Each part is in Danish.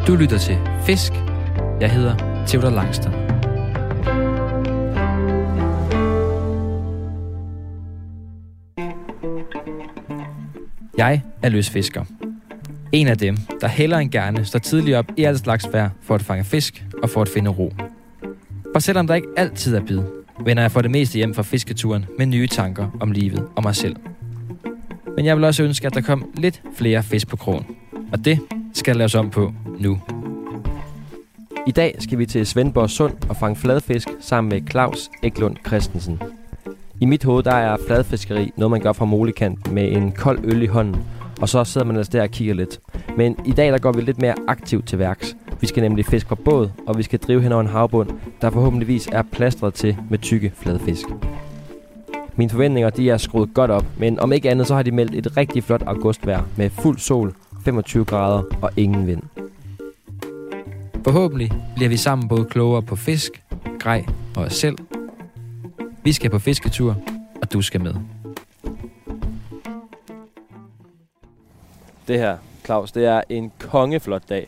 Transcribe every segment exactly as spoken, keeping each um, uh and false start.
Du lytter til Fisk. Jeg hedder Theodor Langstad. Jeg er løsfisker. En af dem, der hellere end gerne står tidligt op i alt slags vejr for at fange fisk og for at finde ro. For selvom der ikke altid er bid, vender jeg for det meste hjem fra fisketuren med nye tanker om livet og mig selv. Men jeg vil også ønske, at der kom lidt flere fisk på krogen. Og det skal der laves om på nu. I dag skal vi til Svendborg Sund og fange fladfisk sammen med Claus Eklund Christensen. I mit hoved der er fladfiskeri noget, man gør fra molikant med en kold øl i hånden, og så sidder man altså der og kigger lidt. Men i dag der går vi lidt mere aktivt til værks. Vi skal nemlig fiske fra båd, og vi skal drive hen over en havbund, der forhåbentligvis er plastret til med tykke fladfisk. Mine forventninger de er skruet godt op, men om ikke andet så har de meldt et rigtig flot augustvejr med fuld sol, femogtyve grader og ingen vind. Forhåbentlig bliver vi sammen både klogere på fisk, grej og os selv. Vi skal på fisketur, og du skal med. Det her, Claus, det er en kongeflot dag.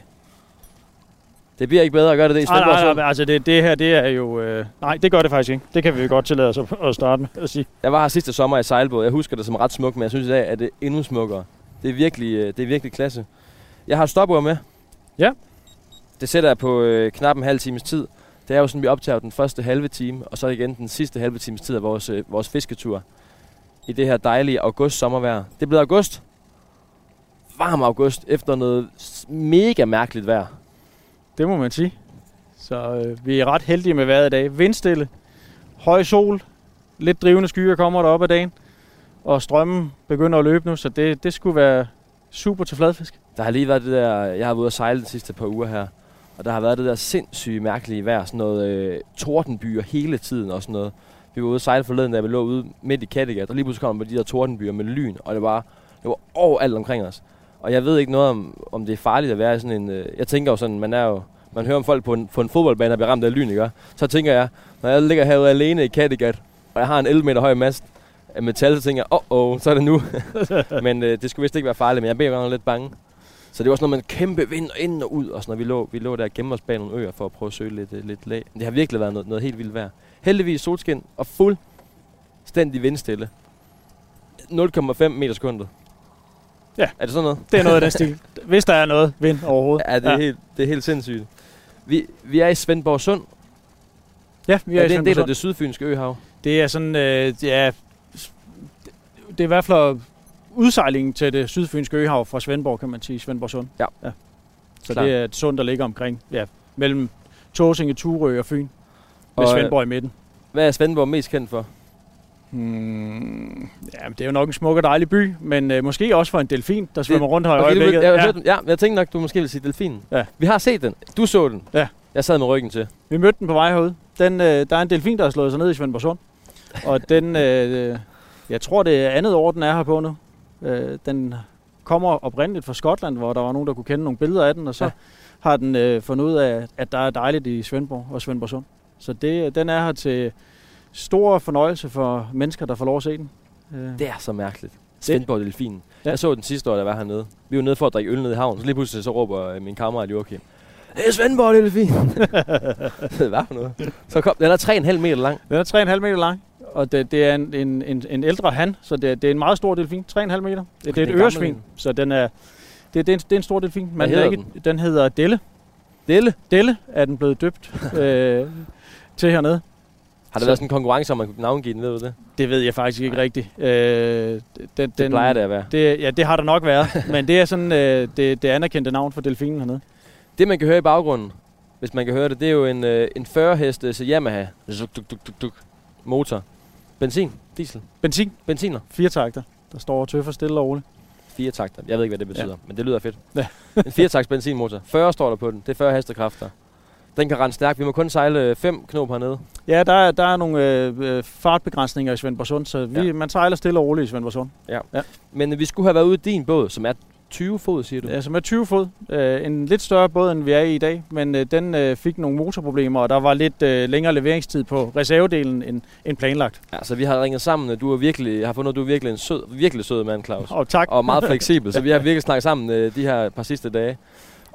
Det bliver ikke bedre at gøre det, det i Svendborg Nej, nej, Sund. nej, altså det, det her, det er jo... Øh, nej, det gør det faktisk ikke. Det kan vi jo godt tillade os at, at starte med at sige. Jeg var her sidste sommer i sejlbåd. Jeg husker det som ret smukt, men jeg synes i dag, at det er endnu smukkere. Det er virkelig, det er virkelig klasse. Jeg har et stopur med. Ja. Det sætter jeg på øh, knap en halv times tid. Det er jo sådan, vi optager den første halve time, og så igen den sidste halve times tid af vores, øh, vores fisketur. I det her dejlige august-sommervejr. Det er blevet august. Varm august, efter noget mega mærkeligt vejr. Det må man sige. Så øh, vi er ret heldige med vejret i dag. Vindstille, høj sol, lidt drivende skyer kommer der op ad dagen, og strømmen begynder at løbe nu, så det, det skulle være super til fladfisk. Der har lige været det der, jeg har været ude at sejle de sidste par uger her, og der har været det der sindssyge mærkelige vejr, sådan noget øh, tordenbyer hele tiden og sådan noget. Vi var ude at sejle forleden, da vi lå ude midt i Kattegat, og lige pludselig kom der de der tordenbyer med lyn, og det var, det var overalt omkring os. Og jeg ved ikke noget om, om det er farligt at være i sådan en... Øh, jeg tænker jo sådan, man er jo... Man hører om folk på en, på en fodboldbane, der bliver ramt af lyn, ikke? Så tænker jeg, når jeg ligger herude alene i Kattegat, og jeg har en elleve meter høj mast af metal, så tænker jeg, åh, oh, oh, så er det nu. men øh, det skulle vist ikke være farligt, men jeg bliver godt lidt bange. Så det var sådan noget med en kæmpe vind og ind og ud, og sådan noget. Vi lå, vi lå der og gemte os bag nogle øer for at prøve at søge lidt, øh, lidt lag. Men det har virkelig været noget, noget helt vildt vejr. Heldigvis solskin og fuldstændig vindstille. nul komma fem meter sekundet. Ja. Er det sådan noget? Det er noget af den stil. Hvis der er noget vind overhovedet. Ja, det er, ja. Helt, det er helt sindssygt. Vi, vi er i Svendborg Sund. Ja, vi er, er i det en del Sund. af det sydfynske øhav? Det er sådan, øh, ja, det er i hvert fald udsejlingen til det sydfynske øhav fra Svendborg, kan man sige, Svendborg Sund. Ja. ja. Så Klar. det er et sund, der ligger omkring, ja, mellem Tåsinge, Turø og Fyn, med og, Svendborg i midten. Hvad er Svendborg mest kendt for? Hmm, ja, det er jo nok en smuk og dejlig by, men øh, måske også for en delfin, der svømmer rundt her i okay, øjeblikket. Jeg, jeg, ja. hørte, ja, jeg tænkte nok, du måske ville sige delfinen. Ja. Vi har set den. Du så den. Ja. Jeg sad med ryggen til. Vi mødte den på vej herude. Den, øh, der er en delfin, der har slået sig ned i Svendborg Sund. Og den, øh, jeg tror det er andet år, den er her på nu. Øh, den kommer oprindeligt fra Skotland, hvor der var nogen, der kunne kende nogle billeder af den, og så ja. har den øh, fundet ud af, at der er dejligt i Svendborg og Svendborg Sund. Så det, den er her til stor fornøjelse for mennesker, der får lov at se den. Det er så mærkeligt. Svendborg delfinen. Ja. Jeg så den sidste år, der var hernede. Vi var nede for at drikke øl nede i havnen, så lige pludselig så råber min kammerat Joachim, det er Svendborg delfin. Hvad for noget? Så kom, den er tre komma fem meter lang. Den er tre komma fem meter lang, og det, det er en, en, en, en ældre han, så det, det er en meget stor delfin. tre komma fem meter. Det, det er et øresvin, så den er, det, det, er en, det er en stor delfin. Hvad hedder ikke, den? Den hedder Delle. Delle? Delle er den blevet døbt øh, til hernede. Har der så været sådan en konkurrence, om man kunne navngive den, ved du det? Det ved jeg faktisk ikke rigtigt. Øh, den, det den, plejer det at være. Det, ja, det har der nok været, men det er sådan øh, det, det anerkendte navn for delfinen hernede. Det, man kan høre i baggrunden, hvis man kan høre det, det er jo en, øh, en fyrre hestes Yamaha duk, duk, duk, duk, duk, motor. Benzin? Diesel? Benzin? Benziner? Fire takter. Der står og tøffer stille og roligt. Fire takter. Jeg ved ikke, hvad det betyder, ja. Men det lyder fedt. Ja. En firetakts benzinmotor. fyrre står der på den. Det er fyrre hestekræfter. Den kan rende stærkt. Vi må kun sejle fem knop hernede. Ja, der er, der er nogle øh, fartbegrænsninger i Svendborg Sund, så vi, ja. man sejler stille og roligt i Svendborg Sund. Ja. Ja. Men øh, vi skulle have været ude i din båd, som er tyve fod, siger du? Ja, som er tyve fod. Øh, en lidt større båd, end vi er i i dag, men øh, den øh, fik nogle motorproblemer, og der var lidt øh, længere leveringstid på reservedelen end, end planlagt. Ja, så vi har ringet sammen. Du er virkelig, jeg har fundet, at du er virkelig en sød, virkelig sød mand, Claus. Og tak. Og meget fleksibel, så vi har virkelig snakket sammen øh, de her par sidste dage.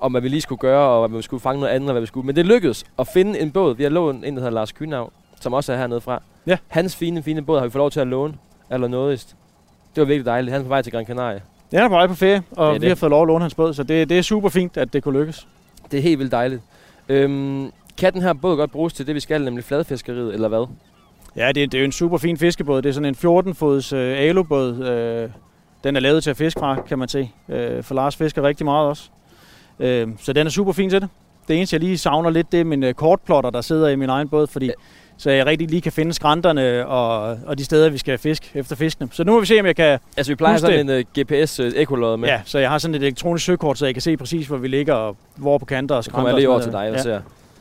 om hvad vi lige skulle gøre, og hvad vi skulle fange noget andet, og hvad vi skulle. Men det lykkedes at finde en båd. Vi har lånt en, der hedder Lars Kynav, som også er hernede fra. Ja. Hans fine, fine båd har vi fået lov til at låne, eller noget. Det var virkelig dejligt. Han er på vej til Gran Canaria. Ja, han er på vej på ferie, og vi det. har fået lov at låne hans båd, så det, det er super fint, at det kunne lykkes. Det er helt vildt dejligt. Øhm, kan den her båd godt bruges til det, vi skal, nemlig fladfiskeriet, eller hvad? Ja, det, det er jo en super fin fiskebåd. Det er sådan en fjorten fods øh, alubåd. Øh, den er lavet til at fiske fra, kan man se. Øh, for Lars fisker rigtig meget også. Øh, så den er super fin til det. Det eneste, jeg lige savner lidt, det er min øh, kortplotter, der sidder i min egen båd, fordi ja. så jeg rigtig lige kan finde skrænterne og, og de steder, vi skal fiske efter fiskene. Så nu må vi se, om jeg kan... Altså, vi plejer sådan det. en uh, G P S-ekolod med. Ja, så jeg har sådan et elektronisk søkort, så jeg kan se præcis, hvor vi ligger og hvor på kanter og Så skrænter. kommer jeg lige over til dig og ja. ser.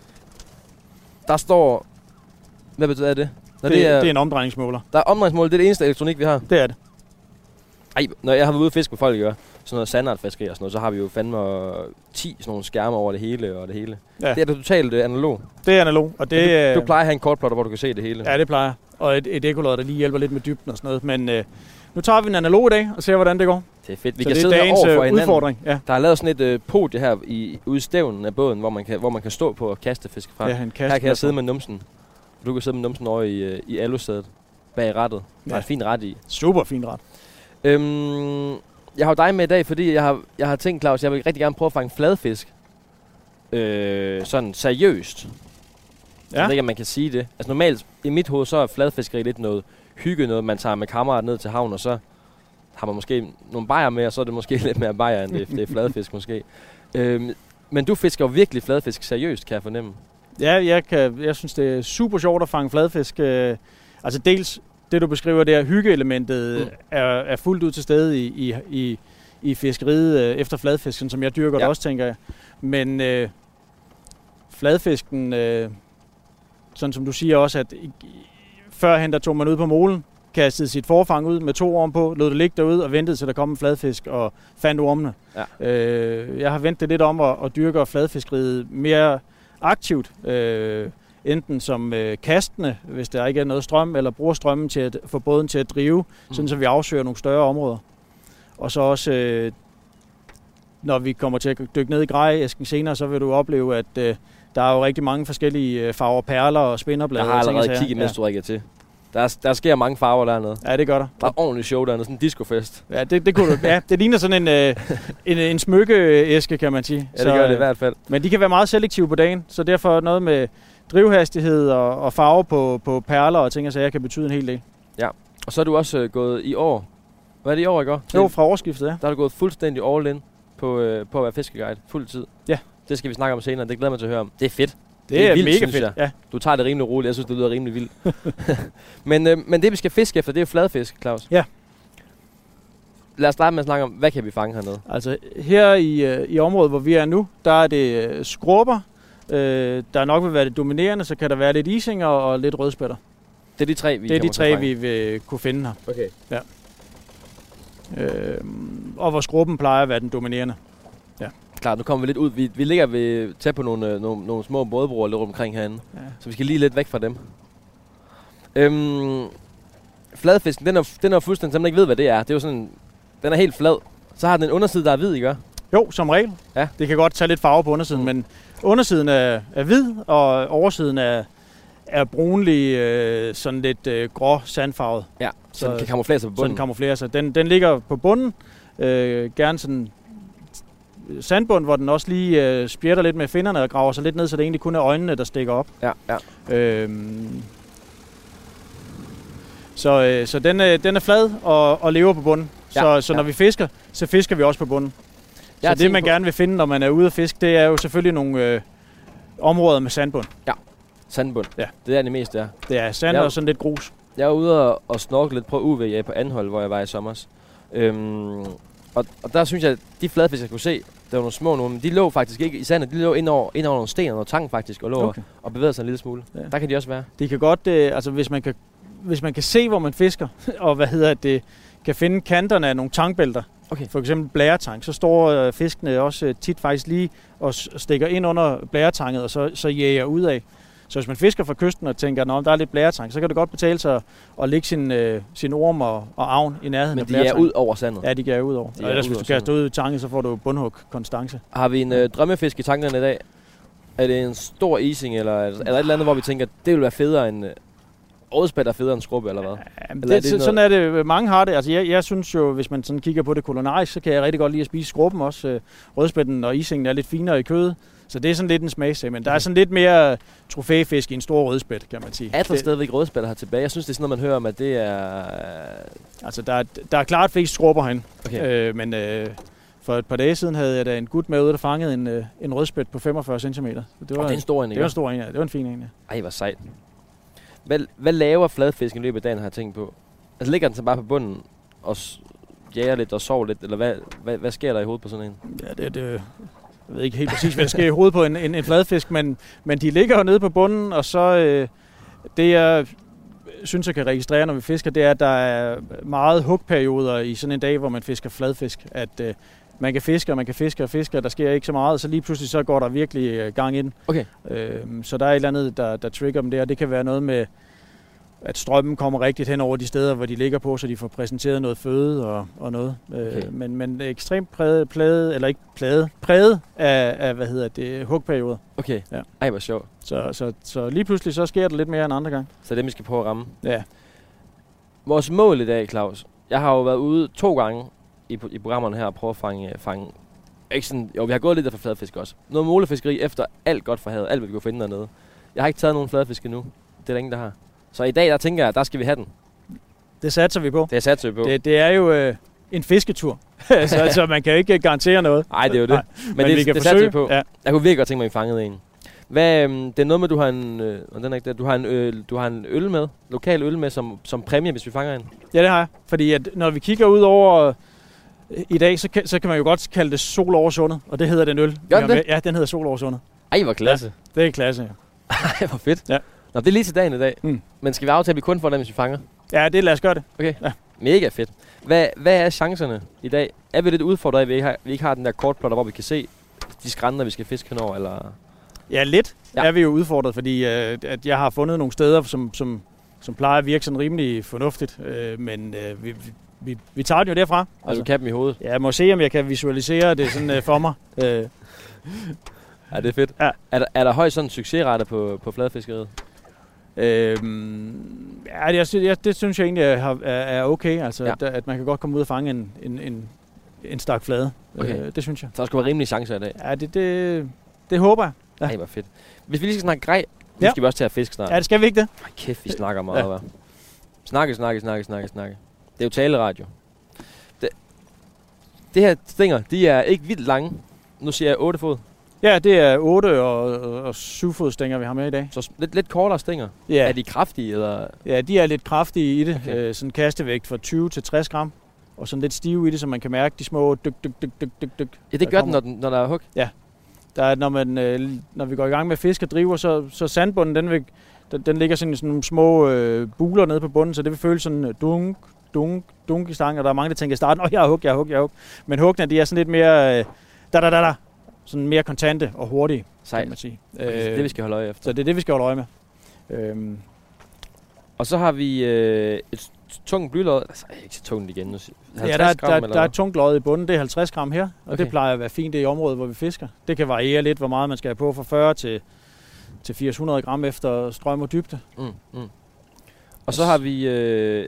Der står... Hvad betyder det? Når det, det, er, det er en omdrejningsmåler. Der er omdrejningsmåler, det er det eneste elektronik, vi har. Det er det. Ej, når jeg har været ude og fiske med folk, gør sådan noget sandartfiskeri og sådan noget, så har vi jo fandme ti sådan nogle skærme over det hele og det hele. Ja. Det er det totalt uh, analog. Det er analog, og det... Du, du plejer at have en kortplotter, hvor du kan se det hele. Ja, det plejer. Og et, et ekolod, der lige hjælper lidt med dybden og sådan noget. Men øh, nu tager vi en analog i dag og ser, hvordan det går. Det er fedt. Vi så kan det sidde er dagens over for hinanden. Udfordring. Ja. Der er lavet sådan et øh, podie her i, ude i stævnen af båden, hvor man kan, hvor man kan stå på og kaste fisk fra. Ja, en kaste her kan jeg sidde med numsen. Du kan sidde med numsen over i, i alusædet bag rattet. Der er et fint ret i. Super fint ret. Øhm, jeg har jo dig med i dag, fordi jeg har, jeg har tænkt, Claus, jeg vil rigtig gerne prøve at fange fladfisk. Øh, sådan seriøst. Ja. Jeg ved ikke, om man kan sige det. Altså normalt, i mit hoved, så er fladfiskeri lidt noget hygge, noget man tager med kammerat ned til havn, og så har man måske nogle bajer med, og så er det måske lidt mere bajer, end det, det er fladfisk måske. Øhm, men du fisker jo virkelig fladfisk seriøst, kan jeg fornemme. Ja, jeg, kan, jeg synes, det er super sjovt at fange fladfisk. Øh, altså dels det, du beskriver der, hyggeelementet, mm. er, er fuldt ud til stede i, i, i, i fiskeriet øh, efter fladfisken, som jeg dyrker ja. det også, tænker jeg. Men øh, fladfisken, øh, sådan som du siger også, at i, førhen der tog man ud på molen, kastede sit forfang ud med to orm på, lod det ligge derude og ventede til der kom en fladfisk og fandt ormene. Ja. Øh, jeg har vendt det lidt om at, at dyrke fladfiskeriet mere aktivt, øh, enten som øh, kastende, hvis der ikke er noget strøm, eller bruger strømmen til at få båden til at drive, mm. sådan så vi afsøger nogle større områder. Og så også, øh, når vi kommer til at dykke ned i grejeæsken senere, så vil du opleve, at øh, der er jo rigtig mange forskellige øh, farver, perler og spinderblade. Jeg har allerede kigget, mens du rækker til. Der, der sker mange farver dernede. Ja, det gør der. Der er ordentligt show dernede, sådan en discofest. Ja, det, det kunne du. Ja, det ligner sådan en, øh, en, en smykkeæske, kan man sige. Ja, det gør det i hvert fald. Men de kan være meget selektive på dagen, så derfor noget med drivhastighed og, og farve på, på perler og ting, så jeg kan betyde en hel del. Ja, og så er du også øh, gået i år. Hvad er det i år, ikke? Jo, fra årsskiftet, ja. Der er du gået fuldstændig all in på, øh, på at være fiskeguide. Fuld tid. Ja. Det skal vi snakke om senere, det glæder mig til at høre om. Det er fedt. Det, det er, er vildt, mega fedt, jeg. Ja. Du tager det rimelig roligt. Jeg synes, det lyder rimelig vildt. men, øh, men det, vi skal fiske efter, det er fladfisk, Claus. Ja. Lad os starte med at snakke om, hvad kan vi fange hernede? Altså, her i, i området, hvor vi er nu, der er det skrubber. Øh, der nok vil være det dominerende, så kan der være lidt isinger og lidt rødspætter. Det er de tre, vi Det er de tre, vi vil kunne finde her. Okay. Ja. Øh, og hvor skrubben plejer at være den dominerende. Ja. Klart, nu kommer vi lidt ud. Vi, vi ligger ved, tæt på nogle, nogle, nogle små bådebroer lidt rundt omkring herinde. Ja. Så vi skal lige lidt væk fra dem. Øhm, fladfisken, den er, den er fuldstændig, som man ikke ved, hvad det er. Det er jo sådan, den er helt flad. Så har den en underside, der er hvid, ikke? Jo, som regel. Ja. Det kan godt tage lidt farve på undersiden, mm. men undersiden er, er hvid, og oversiden er, er brunlig, øh, sådan lidt øh, grå sandfarvet. Ja, så, så den kan kamuflere sig på bunden. Så den kamuflerer sig. Den, den ligger på bunden, øh, gerne sådan sandbund, hvor den også lige øh, spjætter lidt med finnerne og graver sig lidt ned, så det egentlig kun er øjnene, der stikker op. Ja, ja. Øhm, så øh, så den, øh, den er flad og, og lever på bunden. Ja, så så ja. Når vi fisker, så fisker vi også på bunden. Så det, man på... gerne vil finde, når man er ude at fiske, det er jo selvfølgelig nogle øh, områder med sandbund. Ja, sandbund. Ja. Det er det meste, ja. Det er sand og sådan lidt grus. Jeg var ude og, og snorke lidt på U V A på Anhold, hvor jeg var i sommers. Øhm, og, og der synes jeg, at de fladfisk, jeg kunne se, der var nogle små nogle, men de lå faktisk ikke i sandet. De lå ind over, ind over nogle sten og noget tang faktisk, og lå okay. og bevægede sig en lille smule. Ja. Der kan de også være. De kan godt, øh, altså hvis man kan, hvis man kan se, hvor man fisker, og hvad hedder det, kan finde kanterne af nogle tangbælter, okay. For eksempel blæretang, så står øh, fiskene også øh, tit faktisk lige og stikker ind under blæretanget, og så, så jæger ud af. Så hvis man fisker fra kysten og tænker, at der er lidt blæretang, så kan det godt betale sig at, at lægge sin, øh, sin orm og, og avn i nærheden Men af de blæretang. er ud over sandet? Ja, de er ud over. De Og ellers, hvis du kaster kaster ud i tangen, så får du bundhug konstance. Har vi en øh, drømmefisk i tankerne i dag? Er det en stor ising, eller er der et eller andet, hvor vi tænker, at det vil være federe end... Øh, Rødspæt er federe end skrubbe, eller hvad? Jamen, eller det, er det sådan er det. Mange har det. Altså, jeg, jeg synes jo, hvis man sådan kigger på det kulinarisk, så kan jeg rigtig godt lide at spise skrubben også. Øh, rødspætten og isingen er lidt finere i kødet. Så det er sådan lidt en smagssag, men der er sådan lidt mere trofæfisk i en stor rødspæt, kan man sige. Er der stadigvæk rødspætter her tilbage? Jeg synes, det er sådan noget, man hører om, at det er... Altså, der er, der er klart flest skrubber herinde. Okay. Øh, men øh, for et par dage siden havde jeg da en gut med ude, der fangede en, øh, en rødspæt på femogfyrre centimeter. Det var, oh, det er en stor en, det var en stor en, ja. Det var en fin en, ja. Ej, hvor sejt. Hvad, hvad laver fladfisken i løbet af dagen, har jeg tænkt på? Altså, ligger den så bare på bunden og jager lidt og sover lidt, eller hvad, hvad, hvad sker der i hovedet på sådan en? Ja, det, det, jeg ved ikke helt præcis, hvad der sker i hovedet på en, en, en fladfisk, men, men de ligger jo nede på bunden, og så øh, det jeg synes, jeg kan registrere, når vi fisker, det er, at der er meget hugperioder i sådan en dag, hvor man fisker fladfisk. At øh, man kan fiske, og man kan fiske og fiske, og der sker ikke så meget, og så lige pludselig så går der virkelig øh, gang ind. Okay. Øh, så der er et eller andet, der, der trigger dem der, og det kan være noget med, at strømmen kommer rigtigt hen over de steder, hvor de ligger på, så de får præsenteret noget føde og, og noget. Okay. Øh, men, men ekstremt præget, præget, eller ikke præget, præget af, af, hvad hedder det, hugperioder. Okay. Ja. Ej, hvor sjovt. Så, så, så lige pludselig så sker der lidt mere end andre gange. Så det er det, vi skal prøve at ramme. Ja. Vores mål i dag, Claus. Jeg har jo været ude to gange i, i programmerne her og prøve at fange, fange ikke sådan, jo, vi har gået lidt af for fladfisk også. Noget målefiskeri efter alt godt fra havet, alt hvad vi kunne finde dernede. Jeg har ikke taget nogen fladfisk endnu. Det er der ingen, der har. Så i dag, der tænker jeg, der skal vi have den. Det satser vi på. Det satser vi på. Det, det er jo øh, en fisketur, så, så man kan jo ikke garantere noget. Nej, det er jo det. Men, Men det, det, vi kan det forsøge. satser vi på. Ja. Jeg kunne virkelig godt tænke mig, at vi fangede en. Hvad, øhm, det er noget med, du har en, øh, den er ikke det, du har en, øh, du har en øl med, lokal øl med som, som præmie, hvis vi fanger en. Ja, det har jeg. Fordi at, når vi kigger ud over øh, i dag, så kan, så kan man jo godt kalde det sol over sundet, og det hedder den øl. Gør den det? Ja, den hedder sol over sundet. Ej, hvor klasse. Ja, det er klasse, ja. Ej, hvor fedt. Ja. Nå, det er lige til dagen i dag. Mm. Men skal vi aftale, at vi kun får den, hvis vi fanger? Ja, det lad os gøre det. Okay. Ja. Mega fedt. Hvad, hvad er chancerne i dag? Er vi lidt udfordret, at vi ikke har, vi ikke har den der kortplotter, hvor vi kan se de skrænter, vi skal fiske henover, eller... Ja, lidt ja. er vi jo udfordret, fordi øh, at jeg har fundet nogle steder, som, som, som plejer at virke sådan rimelig fornuftigt, øh, men øh, vi, vi, vi tager den jo derfra. Og altså, du kan dem i hovedet? Ja, jeg må se, om jeg kan visualisere det sådan øh, for mig. Øh. Ja, det er fedt. Ja. Er der, er der højt sådan succesrate på, på fladfiskeriet? Øhm, ja, det, jeg, det synes jeg egentlig er, er okay, altså ja. at, at man kan godt komme ud og fange en, en, en, en stak flade. Okay. Øh, det synes jeg. Så der skulle være rimelige chancer i dag? Ja, det, det, det håber jeg. Ja. Ej, hvor fedt. Hvis vi lige skal snakke grej, nu ja. skal vi også til at fiske snart. Ja, det skal vi ikke det. Ej, kæft, vi snakker meget, ja. hva'? Snakke, snakke, snakke, snakke, snakke. Det er jo taleradio. Det, det her stænger, de er ikke vildt lange. Nu siger jeg otte fod. Ja, det er otte og, og syv fod stænger, vi har med i dag. Så lidt, lidt kortere stænger. Ja. Er de kraftige, eller? Ja, de er lidt kraftige i det. Okay. Øh, sådan kastevægt fra tyve til tres gram. Og sådan lidt stive i det, så man kan mærke de små dyk, dyk, dyk, dyk, dyk, dyk. Ja, det gør den når, den, når der er hug? Ja. Der er, når, man, øh, når vi går i gang med fisk og driver, så, så sandbunden, den, vil, den, den ligger sådan i sådan nogle små øh, buler nede på bunden, så det vil føles sådan øh, dunk, dunk, dunk i stangen. Og der er mange, der tænker i starten, åh, jeg har hug, jeg har hug, jeg har hug. Men huggene, de er sådan lidt mere, øh, da, da, da, da, sådan mere kontante og hurtige, Sejt. kan man sige. Okay, øh, det er det, vi skal holde øje efter. Så det er det, vi skal holde øje med. Øhm. Og så har vi øh, et tungt blylod. Altså, ikke så tungt igen. Ja, der, gram, der, der er et tungt lod i bunden. Det er halvtreds gram her, og okay. det plejer at være fint i området, hvor vi fisker. Det kan variere lidt, hvor meget man skal have på, fra fyrre til, til firs hundrede gram efter strøm og dybde. Mm, mm. Og så har vi... Øh,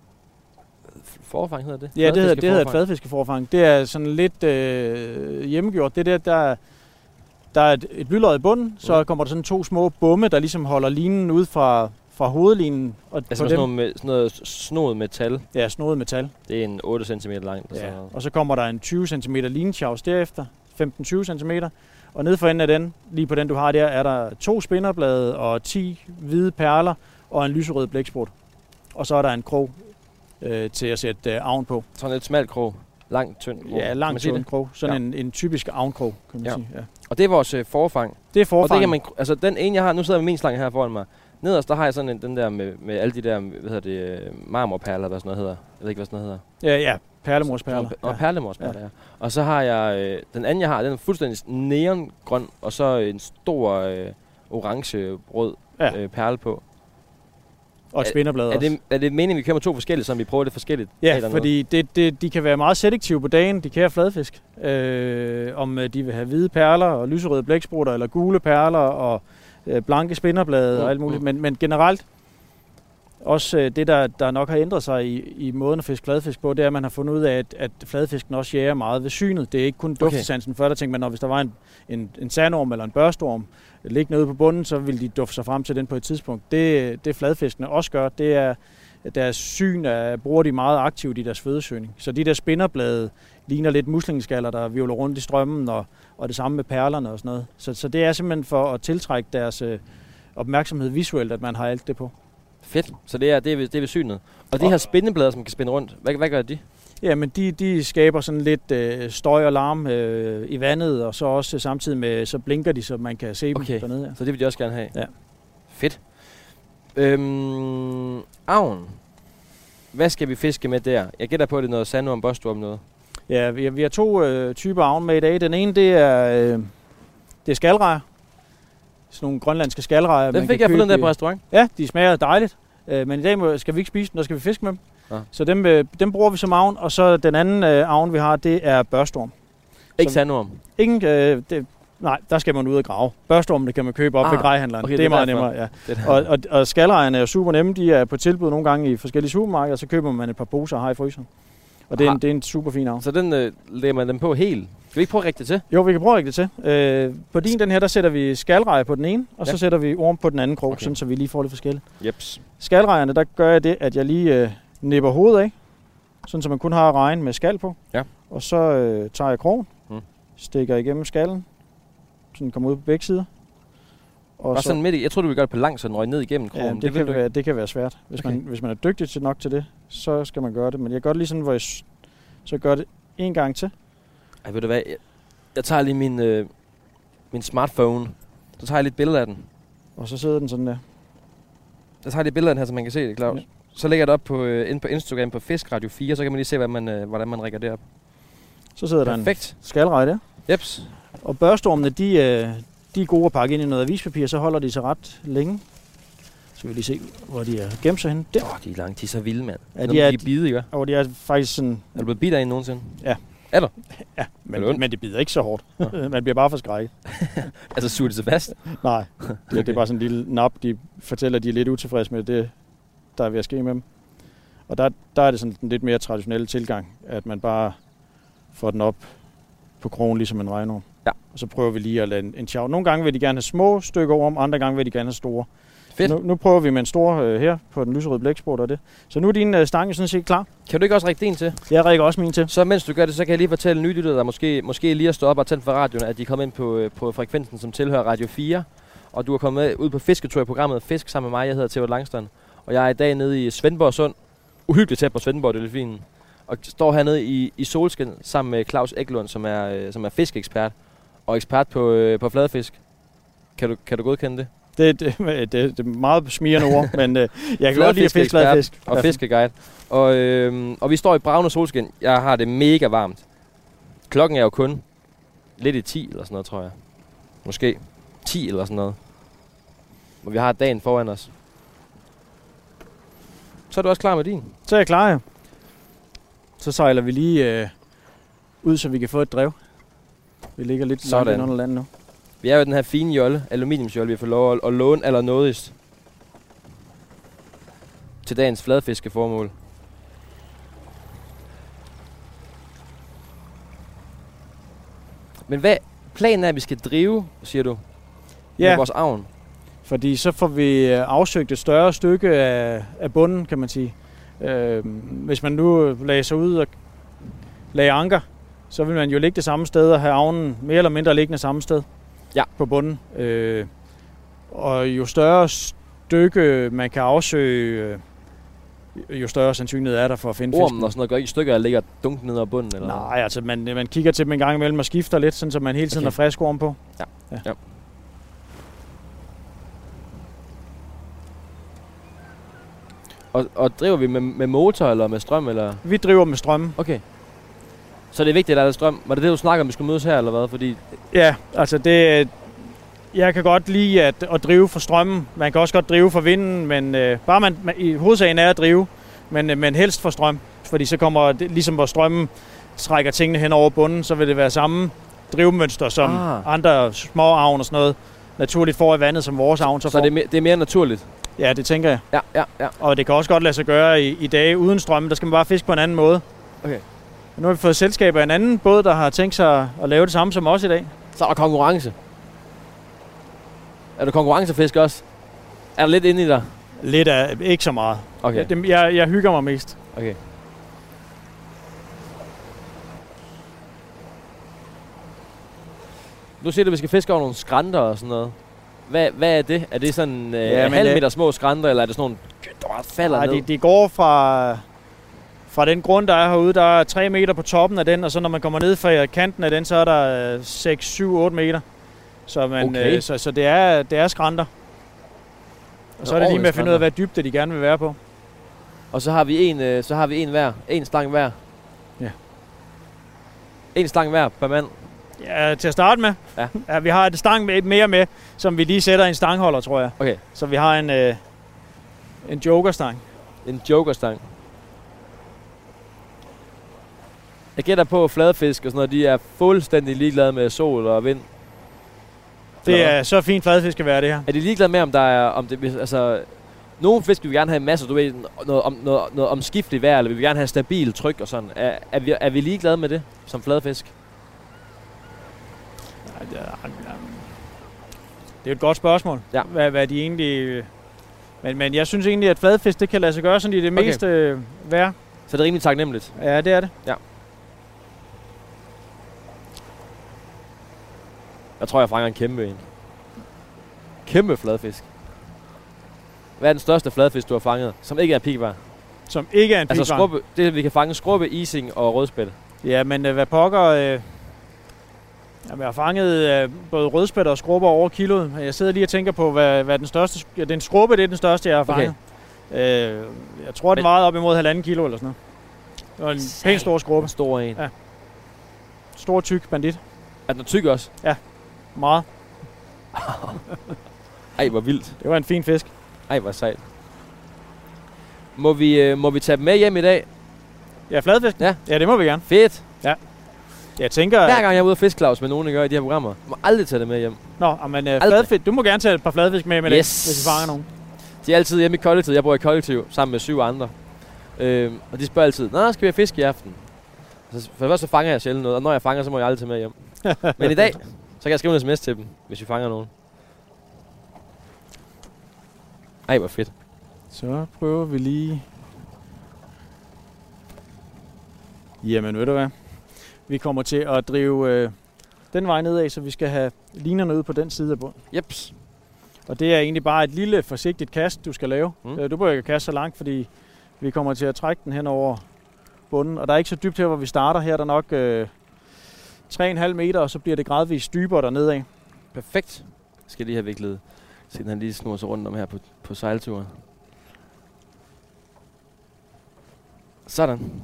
forfang hedder det? Ja, det hedder, det hedder et fladfiskeforfang. Det er sådan lidt øh, hjemmegjort. Det der, der, der er et, et blylod i bunden, mm. så kommer der sådan to små bomme, der ligesom holder linen ud fra, fra hovedlinen. Og altså sådan noget, med, sådan noget snoet metal? Ja, snoet metal. Det er en otte centimeter langt. Ja. Og så kommer der en tyve centimeter linetjavs derefter, femten til tyve centimeter. Og nede for enden af den, lige på den du har der, er der to spinderblade og ti hvide perler og en lyserød blæksprut. Og så er der en krog øh, til at sætte øh, avn på. Sådan et smalt krog. Lang, tynd krog. Ja, lang, tynd krog. Sådan ja. en, en typisk avnkrog, kan man ja. sige. Ja. Og det er vores øh, forfang. Det er forfang. Og det kan man, altså den ene jeg har, nu sidder vi min slange her foran mig. Nederst der har jeg sådan en, den der med, med alle de der, hvad hedder det, marmorperler, hvad sådan noget hedder. Jeg ved ikke, hvad sådan noget hedder. Ja, ja, perlemorsperler. Og ja. perlemorsperler, ja. ja. Og så har jeg, øh, den anden jeg har, den er fuldstændig neongrøn, og så en stor øh, orange-rød ja. øh, perle på. Og et spinderblad er, er det, er det meningen, vi kører med to forskellige, så vi prøver det forskelligt? Ja, fordi det, det, de kan være meget selektive på dagen, de kære fladfisk. Øh, om de vil have hvide perler og lyserøde blæksprutter, eller gule perler og øh, blanke spinderblade mm. og alt muligt. Men, men generelt, også øh, det, der, der nok har ændret sig i, i måden at fiske fladfisk på, det er, at man har fundet ud af, at, at fladfisken også jager meget ved synet. Det er ikke kun duftesansen. Okay. Før der tænkte man, når hvis der var en, en, en sandorm eller en børstorm liggende ude på bunden, så ville de dufte sig frem til den på et tidspunkt. Det, det fladfiskene også gør, det er, at deres syn er, bruger de meget aktivt i deres fødesøgning. Så de der spinderblade ligner lidt muslingeskaller, der virvler rundt i strømmen, og, og det samme med perlerne og sådan noget. Så, så det er simpelthen for at tiltrække deres øh, opmærksomhed visuelt, at man har alt det på. Fedt. Så det er, det er, ved, det er ved synet. Og de her spindeblader, som kan spinde rundt, hvad, hvad gør de? Ja, men de, de skaber sådan lidt øh, støj og larm øh, i vandet, og så også øh, samtidig med, så blinker de, så man kan se okay. dem dernede. Ja. Så det vil de også gerne have? Ja. Fedt. Øhm, Avn. Hvad skal vi fiske med der? Jeg gætter på, at det er noget sandorm, børstorm, noget. Ja, vi har, vi har to øh, typer avn med i dag. Den ene, det er, øh, det er skalrejer. Sådan nogle grønlandske skalrejer. Den fik jeg forleden der på restaurant. Ja, de smager dejligt. Øh, men i dag må, skal vi ikke spise dem, der skal vi fiske med dem. Ja. Så dem, øh, dem bruger vi som avn. Og så den anden øh, avn, vi har, det er børstorm. Ikke sandorm? Ingen, øh, det, nej, der skal man ud og grave. Børstormen, det kan man købe op ah, ved grejhandleren. Okay, det, det er meget nemmere. Ja. Det og, og, og skalrejerne er super nemme. De er på tilbud nogle gange i forskellige supermarkeder, og så køber man et par poser og har i fryseren. Og det er, en, det er en super fin avn. Så den øh, lægger man dem på helt? Skal vi ikke prøve at række det til? Jo, vi kan prøve at række det til. Øh, på din den her, der sætter vi skalrejer på den ene, og ja. så sætter vi orm på den anden krog, okay. sådan, så vi lige får lidt forskelligt. Jeps. Skalrejerne, der gør jeg det, at jeg lige øh, nipper hovedet af, sådan så man kun har rejen med skal på. Ja. Og så øh, tager jeg krogen, hmm. stikker igennem skallen, så den kommer ud på begge sider. Og Bare så, sådan midt i, jeg tror du vil gøre det på langt, så den røg ned igennem krogen. Ja, det, det, kan være, det kan være svært. Hvis, okay. man, hvis man er dygtig til nok til det, så skal man gøre det. Men jeg gør det lige sådan, hvor jeg så gør det en gang til. Ej, ved du hvad? Jeg, jeg tager lige min, øh, min smartphone. Så tager jeg lidt billeder af den. Og så sidder den sådan der. Jeg tager lige billeder af den her, så man kan se det, Claus. Ja. Så lægger jeg det op på, øh, ind på Instagram på Fisk Radio fire, så kan man lige se, hvad man, øh, hvordan man rækker det op. Så sidder Perfekt. der en skalrej der. Jeps. Og børstormene, de, øh, de er gode at pakke ind i noget avispapir, så holder de sig ret længe. Så vil vi lige se, hvor de er gemt sig henne. Åh, oh, de er langt. De er så vilde, mand. Ja, de er, de er bide, ikke? Og de er faktisk sådan... Er du blevet bidt af en nogensinde? Ja. Er du? Ja, men, men det bider ikke så hårdt. Ja. Man bliver bare forskrækket. Altså suger det sig fast? Nej, det, okay. det er bare sådan en lille nap. De fortæller, at de er lidt utilfredse med det, der er ved at ske med dem. Og der, der er det sådan en lidt mere traditionelle tilgang, at man bare får den op på krogen, ligesom en regnorm. Ja. Og så prøver vi lige at lade en, en chow. Nogle gange vil de gerne have små stykker orm, andre gange vil de gerne have store. Nu, nu prøver vi med en stor øh, her på den lyserøde blæksprutte og det. Så nu er din øh, stang sådan set klar. Kan du ikke også række din til? Jeg rækker også min til. Så mens du gør det, så kan jeg lige fortælle nylyttere, der måske, måske lige har stået op og tændt for radioen, at de er kommet ind på, øh, på frekvensen, som tilhører Radio fire. Og du er kommet med ud på fisketur i programmet Fisk sammen med mig. Jeg hedder Theo Langstrøm. Og jeg er i dag nede i Svendborg Sund. Uhyggeligt tæt på Svendborg, det er fint. Og står hernede i, i solskin sammen med Claus Eklund, som er, øh, som er fiskeekspert. Og ekspert på, øh, på fladfisk. Kan du, kan du godkende det? Det, det, det, det er meget smirrende ord, men øh, jeg kan godt lide at fiske fladfisk. Og fiskeguide. Og, øh, og vi står i bravende solskin. Jeg har det mega varmt. Klokken er jo kun lidt i ti eller sådan noget, tror jeg. Måske ti eller sådan noget. Hvor vi har dagen foran os. Så er du også klar med din? Så er jeg klar, ja. Så sejler vi lige øh, ud, så vi kan få et drev. Vi ligger lidt langt ind under landet nu. Vi er jo den her fine jolle, aluminiumsjolle, vi får lov at, at låne allernådigst til dagens fladfiskeformål. Men hvad planen er, at vi skal drive, siger du, ja, med vores avn? Fordi så får vi afsøgt et større stykke af, af bunden, kan man sige. Øh, hvis man nu lagde sig ud og lagde anker, så vil man jo ligge det samme sted og have avnen mere eller mindre liggende samme sted. Ja. På bunden. Øh, og jo større stykke man kan afsøge, øh, jo større sandsynlighed er der for at finde Ormen fisken. Og sådan noget gør ikke stykker, der ligger dunk ned ad bunden? Eller? Nej, altså man, man kigger til dem en gang imellem og skifter lidt, sådan, så man hele tiden okay. har frisk orm på. Ja. Ja. Ja. Og, og driver vi med, med motor eller med strøm? Eller? Vi driver med strøm. Okay. Så det er vigtigt, at der er strøm. Var det det, du snakker om, vi skulle mødes her, eller hvad? Fordi ja, altså det, Jeg kan godt lide at, at drive for strømmen. Man kan også godt drive for vinden, men øh, bare man, man i hovedsagen er at drive, men, øh, men helst for strøm. Fordi så kommer det, ligesom hvor strømmen trækker tingene hen over bunden, så vil det være samme drivmønster som ah. andre små avn og sådan noget. Naturligt får i vandet som vores avn. Så, så det, er mere, det er mere naturligt? Ja, det tænker jeg. Ja, ja, ja. Og det kan også godt lade sig gøre i, i dage uden strøm. Der skal man bare fiske på en anden måde. Okay. Nu har vi fået selskab af en anden båd, der har tænkt sig at lave det samme som os i dag. Så er der konkurrence. Er du konkurrencefisk også? Er der lidt inde i dig? Lidt af, ikke så meget. Okay. Jeg, jeg, jeg hygger mig mest. Okay. Nu siger du, at vi skal fiske over nogle skrænter og sådan noget. Hvad, hvad er det? Er det sådan øh, ja, halv meter små skrænter, eller er det sådan nogle, der bare falder nej, ned? De, de går fra, fra den grund, der er herude. Der er tre meter på toppen af den, og så når man kommer ned fra kanten af den, så er der seks, syv, otte meter. Så, man, okay. øh, så, så det, er, det er skrænter. Og så er det lige med at finde ud af, hvad dybde de gerne vil være på. Og så har vi en, øh, så har vi en hver. En stang hver. Ja. En stang hver per mand. Ja, til at starte med. Ja. Ja, vi har et stang med, et mere med, som vi lige sætter i en stangholder, tror jeg. Okay. Så vi har en, øh, en jokerstang. En jokerstang. Jeg gætter på fladfisk og sådan noget, de er fuldstændig ligeglade med sol og vind. Det er så fint fladfisk at være det her. Er de ligeglade med, om der er, om det, altså, nogle fisk vil vi gerne have masser, du ved, noget, om, noget, noget omskifteligt vejr, eller vi vil gerne have stabil tryk og sådan. Er, er, vi, er vi ligeglade med det, som fladfisk? Det er et godt spørgsmål, ja. hvad, hvad de egentlig... Men, men jeg synes egentlig, at fladfisk, det kan lade sig gøre sådan i det okay. meste øh, vejr. Så det er rimelig taknemmeligt? Ja, det er det. Ja. Jeg tror, jeg fanger en kæmpe en. Kæmpe fladfisk. Hvad er den største fladfisk, du har fanget, som ikke er piggvar? Som ikke er en piggvar? Altså skrubbe, det vi kan fange skrubbe, ising og rødspætte. Ja, men øh, hvad pokker... Øh, jamen, jeg har fanget øh, både rødspætte og skrubber over kiloet. Jeg sidder lige og tænker på, hvad, hvad den største... Ja, den skrubbe, det er den største, jeg har fanget. Okay. Øh, jeg tror, den meget op imod halvanden kilo eller sådan noget. Det var en Sag. pæn stor skrubbe. Stor en. Ja. Stor, tyk bandit. Er den tyk også? Ja, meget. Ej, hvor vildt. Det var en fin fisk. Ej, hvor sejt. Må vi, øh, må vi tage dem med hjem i dag? Ja, fladfisk? Ja. Ja, det må vi gerne. Fedt. Ja. Jeg tænker... Hver gang jeg er ude og fiske, Claus, med nogen, der gør i de her programmer, må aldrig tage det med hjem. Nå, men øh, fladfisk, du må gerne tage et par fladfisk med med yes. det, hvis vi fanger nogen. De er altid hjemme i kollektivet. Jeg bor i kollektiv sammen med syv andre. Øh, og de spørger altid, nå, skal vi have fisk i aften? Så for først så fanger jeg sjældent noget, og når jeg fanger, så må jeg aldrig tage med hjem. Men i dag, så kan jeg skrive en sms til dem, hvis vi fanger nogen. Ej, hvor fedt. Så prøver vi lige... Jamen, ved du hvad? Vi kommer til at drive øh, den vej nedad, så vi skal have linerne ude på den side af bunden. Jeps. Og det er egentlig bare et lille, forsigtigt kast, du skal lave. Mm. Du behøver ikke kaste så langt, fordi vi kommer til at trække den hen over bunden. Og der er ikke så dybt her, hvor vi starter. Her er der nok øh, tre komma fem meter, og så bliver det gradvist dybere dernede af. Perfekt. Jeg skal lige have viklet, siden han lige snurrer sig rundt om her på, på sejlturen. Sådan.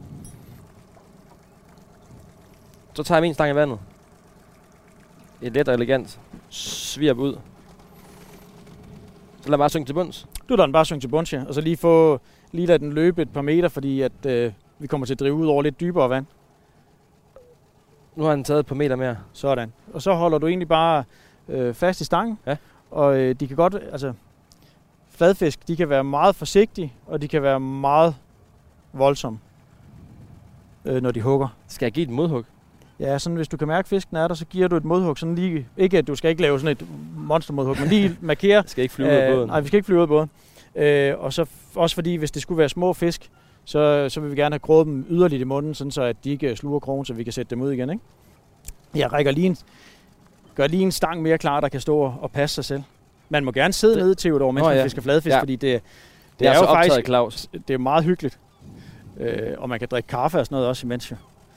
Så tager jeg min stang i vandet. Et let og elegant svirp ud. Så lad mig bare synge til bunds. Du lader den bare synge til bunds, ja. Og så lige få lige lade den løbe et par meter, fordi at, øh, vi kommer til at drive ud over lidt dybere vand. Nu har han taget et par meter mere. Sådan. Og så holder du egentlig bare øh, fast i stangen. Ja. Og øh, de kan godt, altså fladfisk, de kan være meget forsigtige, og de kan være meget voldsomme, øh, når de hugger. Skal jeg give et modhug? Ja, sådan hvis du kan mærke, at fisken er der, så giver du et modhug. Sådan lige, ikke at du skal ikke lave sådan et monstermodhug, men lige markere. Skal ikke flyve ud af båden? Nej, vi skal ikke flyve ud af båden. Øh, og så f- også fordi, hvis det skulle være små fisk, så, så vil vi gerne have grået dem yderligt i munden, sådan så at de ikke sluger krogen, så vi kan sætte dem ud igen, ikke? Jeg rækker lige en, gør lige en stang mere klar, der kan stå og passe sig selv. Man må gerne sidde det. nede, Theodor, mens oh, man ja. fisker fladfisk, ja. fordi det, det er, er jo faktisk Claus. Det er meget hyggeligt. Øh, og man kan drikke kaffe og sådan noget også imens jo.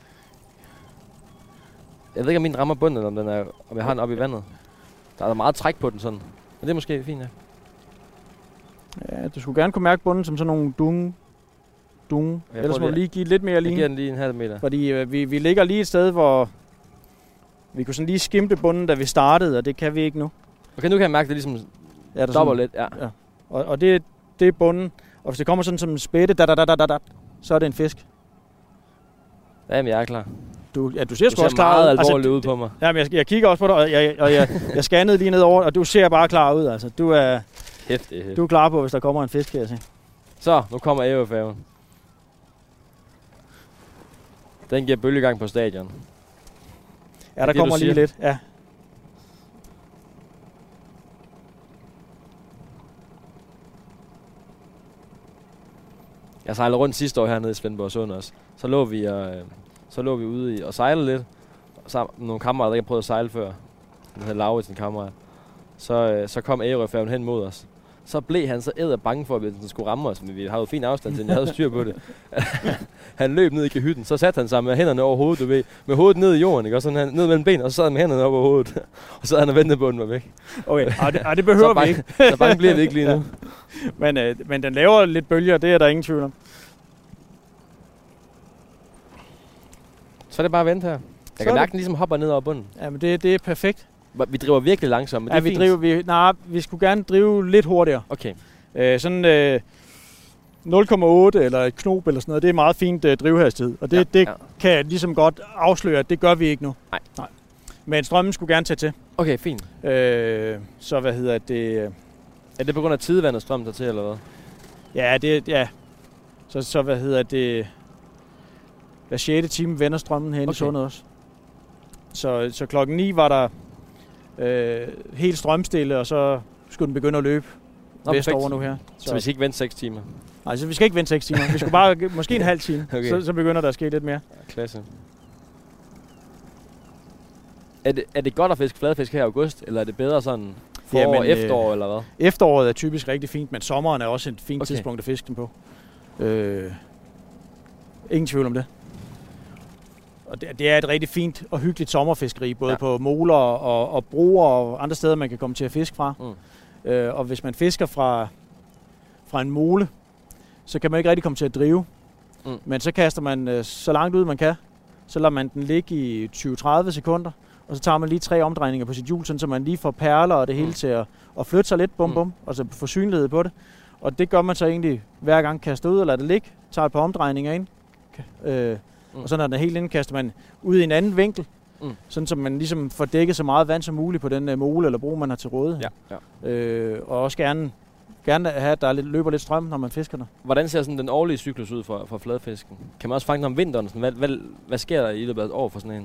Jeg ved ikke, om min rammer bunden, eller om, den er, om jeg har den oppe i vandet. Der er meget træk på den sådan. Men det er måske fint, ja. Ja, du skulle gerne kunne mærke bunden som sådan nogle dunge. dunge. Ellers må du lige give lidt mere line. Jeg giver den lige en halv meter. Fordi øh, vi, vi ligger lige et sted, hvor, Vi kunne sådan lige skimte bunden, da vi startede, og det kan vi ikke nu. Okay, nu kan jeg mærke, det ligesom Ja, dobbelt lidt. Ja. Ja. Og, og det, det er bunden. Og hvis det kommer sådan som en spætte, da, da, da, da, da, da, så er det en fisk. Jamen, jeg er klar. Du, ja, du ser Du sgu ser også klar meget ud. alvorligt Altså, ud på mig. Jamen, jeg, jeg kigger også på dig, og jeg, og jeg, jeg scannede lige ned over, og du ser bare klar ud. Altså, du er, Hæftigt. du er klar på, hvis der kommer en fisk, kan jeg sige. Så, nu kommer Ærøfærgen. Den giver bølgegang på stadion. Ja, der det, kommer du lige siger? lidt. Ja. Jeg sejlede rundt sidste år hernede i Svendborg Sund også. Så lå vi, og, øh, så lå vi ude i og sejlede lidt. Sammen med nogle kammerater, der ikke har prøvet at sejle før. Den hedder Lauritz, en kammerat. Så, øh, så kom Ærøfærgen hen mod os. Så blev han så æder bange for, at den skulle ramme os. Men vi havde jo fin afstand til, jeg havde styr på det. Han løb ned i kahytten, så satte han sig med hænderne over hovedet, du ved. Med hovedet ned i jorden, ikke? Og sådan han ned mellem benene, og så sad han med hænderne op over hovedet. Og så havde han ventet på, den var væk. Okay, ej, det, ej, det behøver så bange, vi ikke. Så bange bliver vi ikke lige nu. Ja. Men, øh, men den laver lidt bølger, det er der ingen tvivl om. Så er det bare at vente her. Jeg Så kan er mærke, det- den ligesom hopper ned over bunden. Jamen, det, det er perfekt. Vi driver virkelig langsomt, men Ja, det er vi fint. driver, vi, nej, vi skulle gerne drive lidt hurtigere. Okay. Øh, sådan øh, nul komma otte eller et knop eller sådan noget, det er meget fint øh, drivhastighed. Og det, Ja, det ja. kan jeg ligesom godt afsløre, at det gør vi ikke nu. Nej. Nej. Men strømmen skulle gerne tage til. Okay, fint. Øh, så hvad hedder det? øh, Er det på grund af tidevand og strøm der til, eller hvad? Ja, det ja. Så, så hvad hedder det? Hver sjette time vender strømmen hen Okay. i sundet også. Så, så klokken ni var der øh, helt strømstille, og så skulle den begynde at løbe Nå, vestover perfekt. nu her. Så vi skal ikke vente seks timer. Nej, så vi skal ikke vente seks timer. Vi skal bare måske en halv time, Okay. så, så begynder der at ske lidt mere. Ja, klasse. Er det, er det godt at fiske fladfisk her i august, eller er det bedre sådan forår, Jamen, øh, efterår, eller hvad? Efteråret er typisk rigtig fint, men sommeren er også et fint Okay. okay. tidspunkt at fiske den på. Øh, ingen tvivl om det. Og det, det er et rigtig fint og hyggeligt sommerfiskeri, både Ja. ja. på moler og, og broer og andre steder, man kan komme til at fiske fra. Mm. Øh, og hvis man fisker fra, fra en mole, så kan man ikke rigtig komme til at drive. Mm. Men så kaster man øh, så langt ud, man kan. Så lader man den ligge i tyve til tredive sekunder, og så tager man lige tre omdrejninger på sit hjul, sådan, så man lige får perler og det hele Mm. til at, at flytte sig lidt, bum Mm. bum, og så få synlighed på det. Og det gør man så egentlig hver gang kaster ud og lader det ligge, tager et par omdrejninger ind, øh, Mm. og så når den er helt inde, kaster man ud i en anden vinkel, Mm. sådan så man ligesom får dækket så meget vand som muligt på den uh, mole eller bro, man har til rådighed. Ja, ja. Øh, og også gerne, gerne have, at der er lidt, løber lidt strøm, når man fisker der. Hvordan ser sådan den årlige cyklus ud for, for fladfisken? Kan man også fange den om vinteren? Sådan, hvad, hvad, hvad sker der i løbet af et år for sådan en?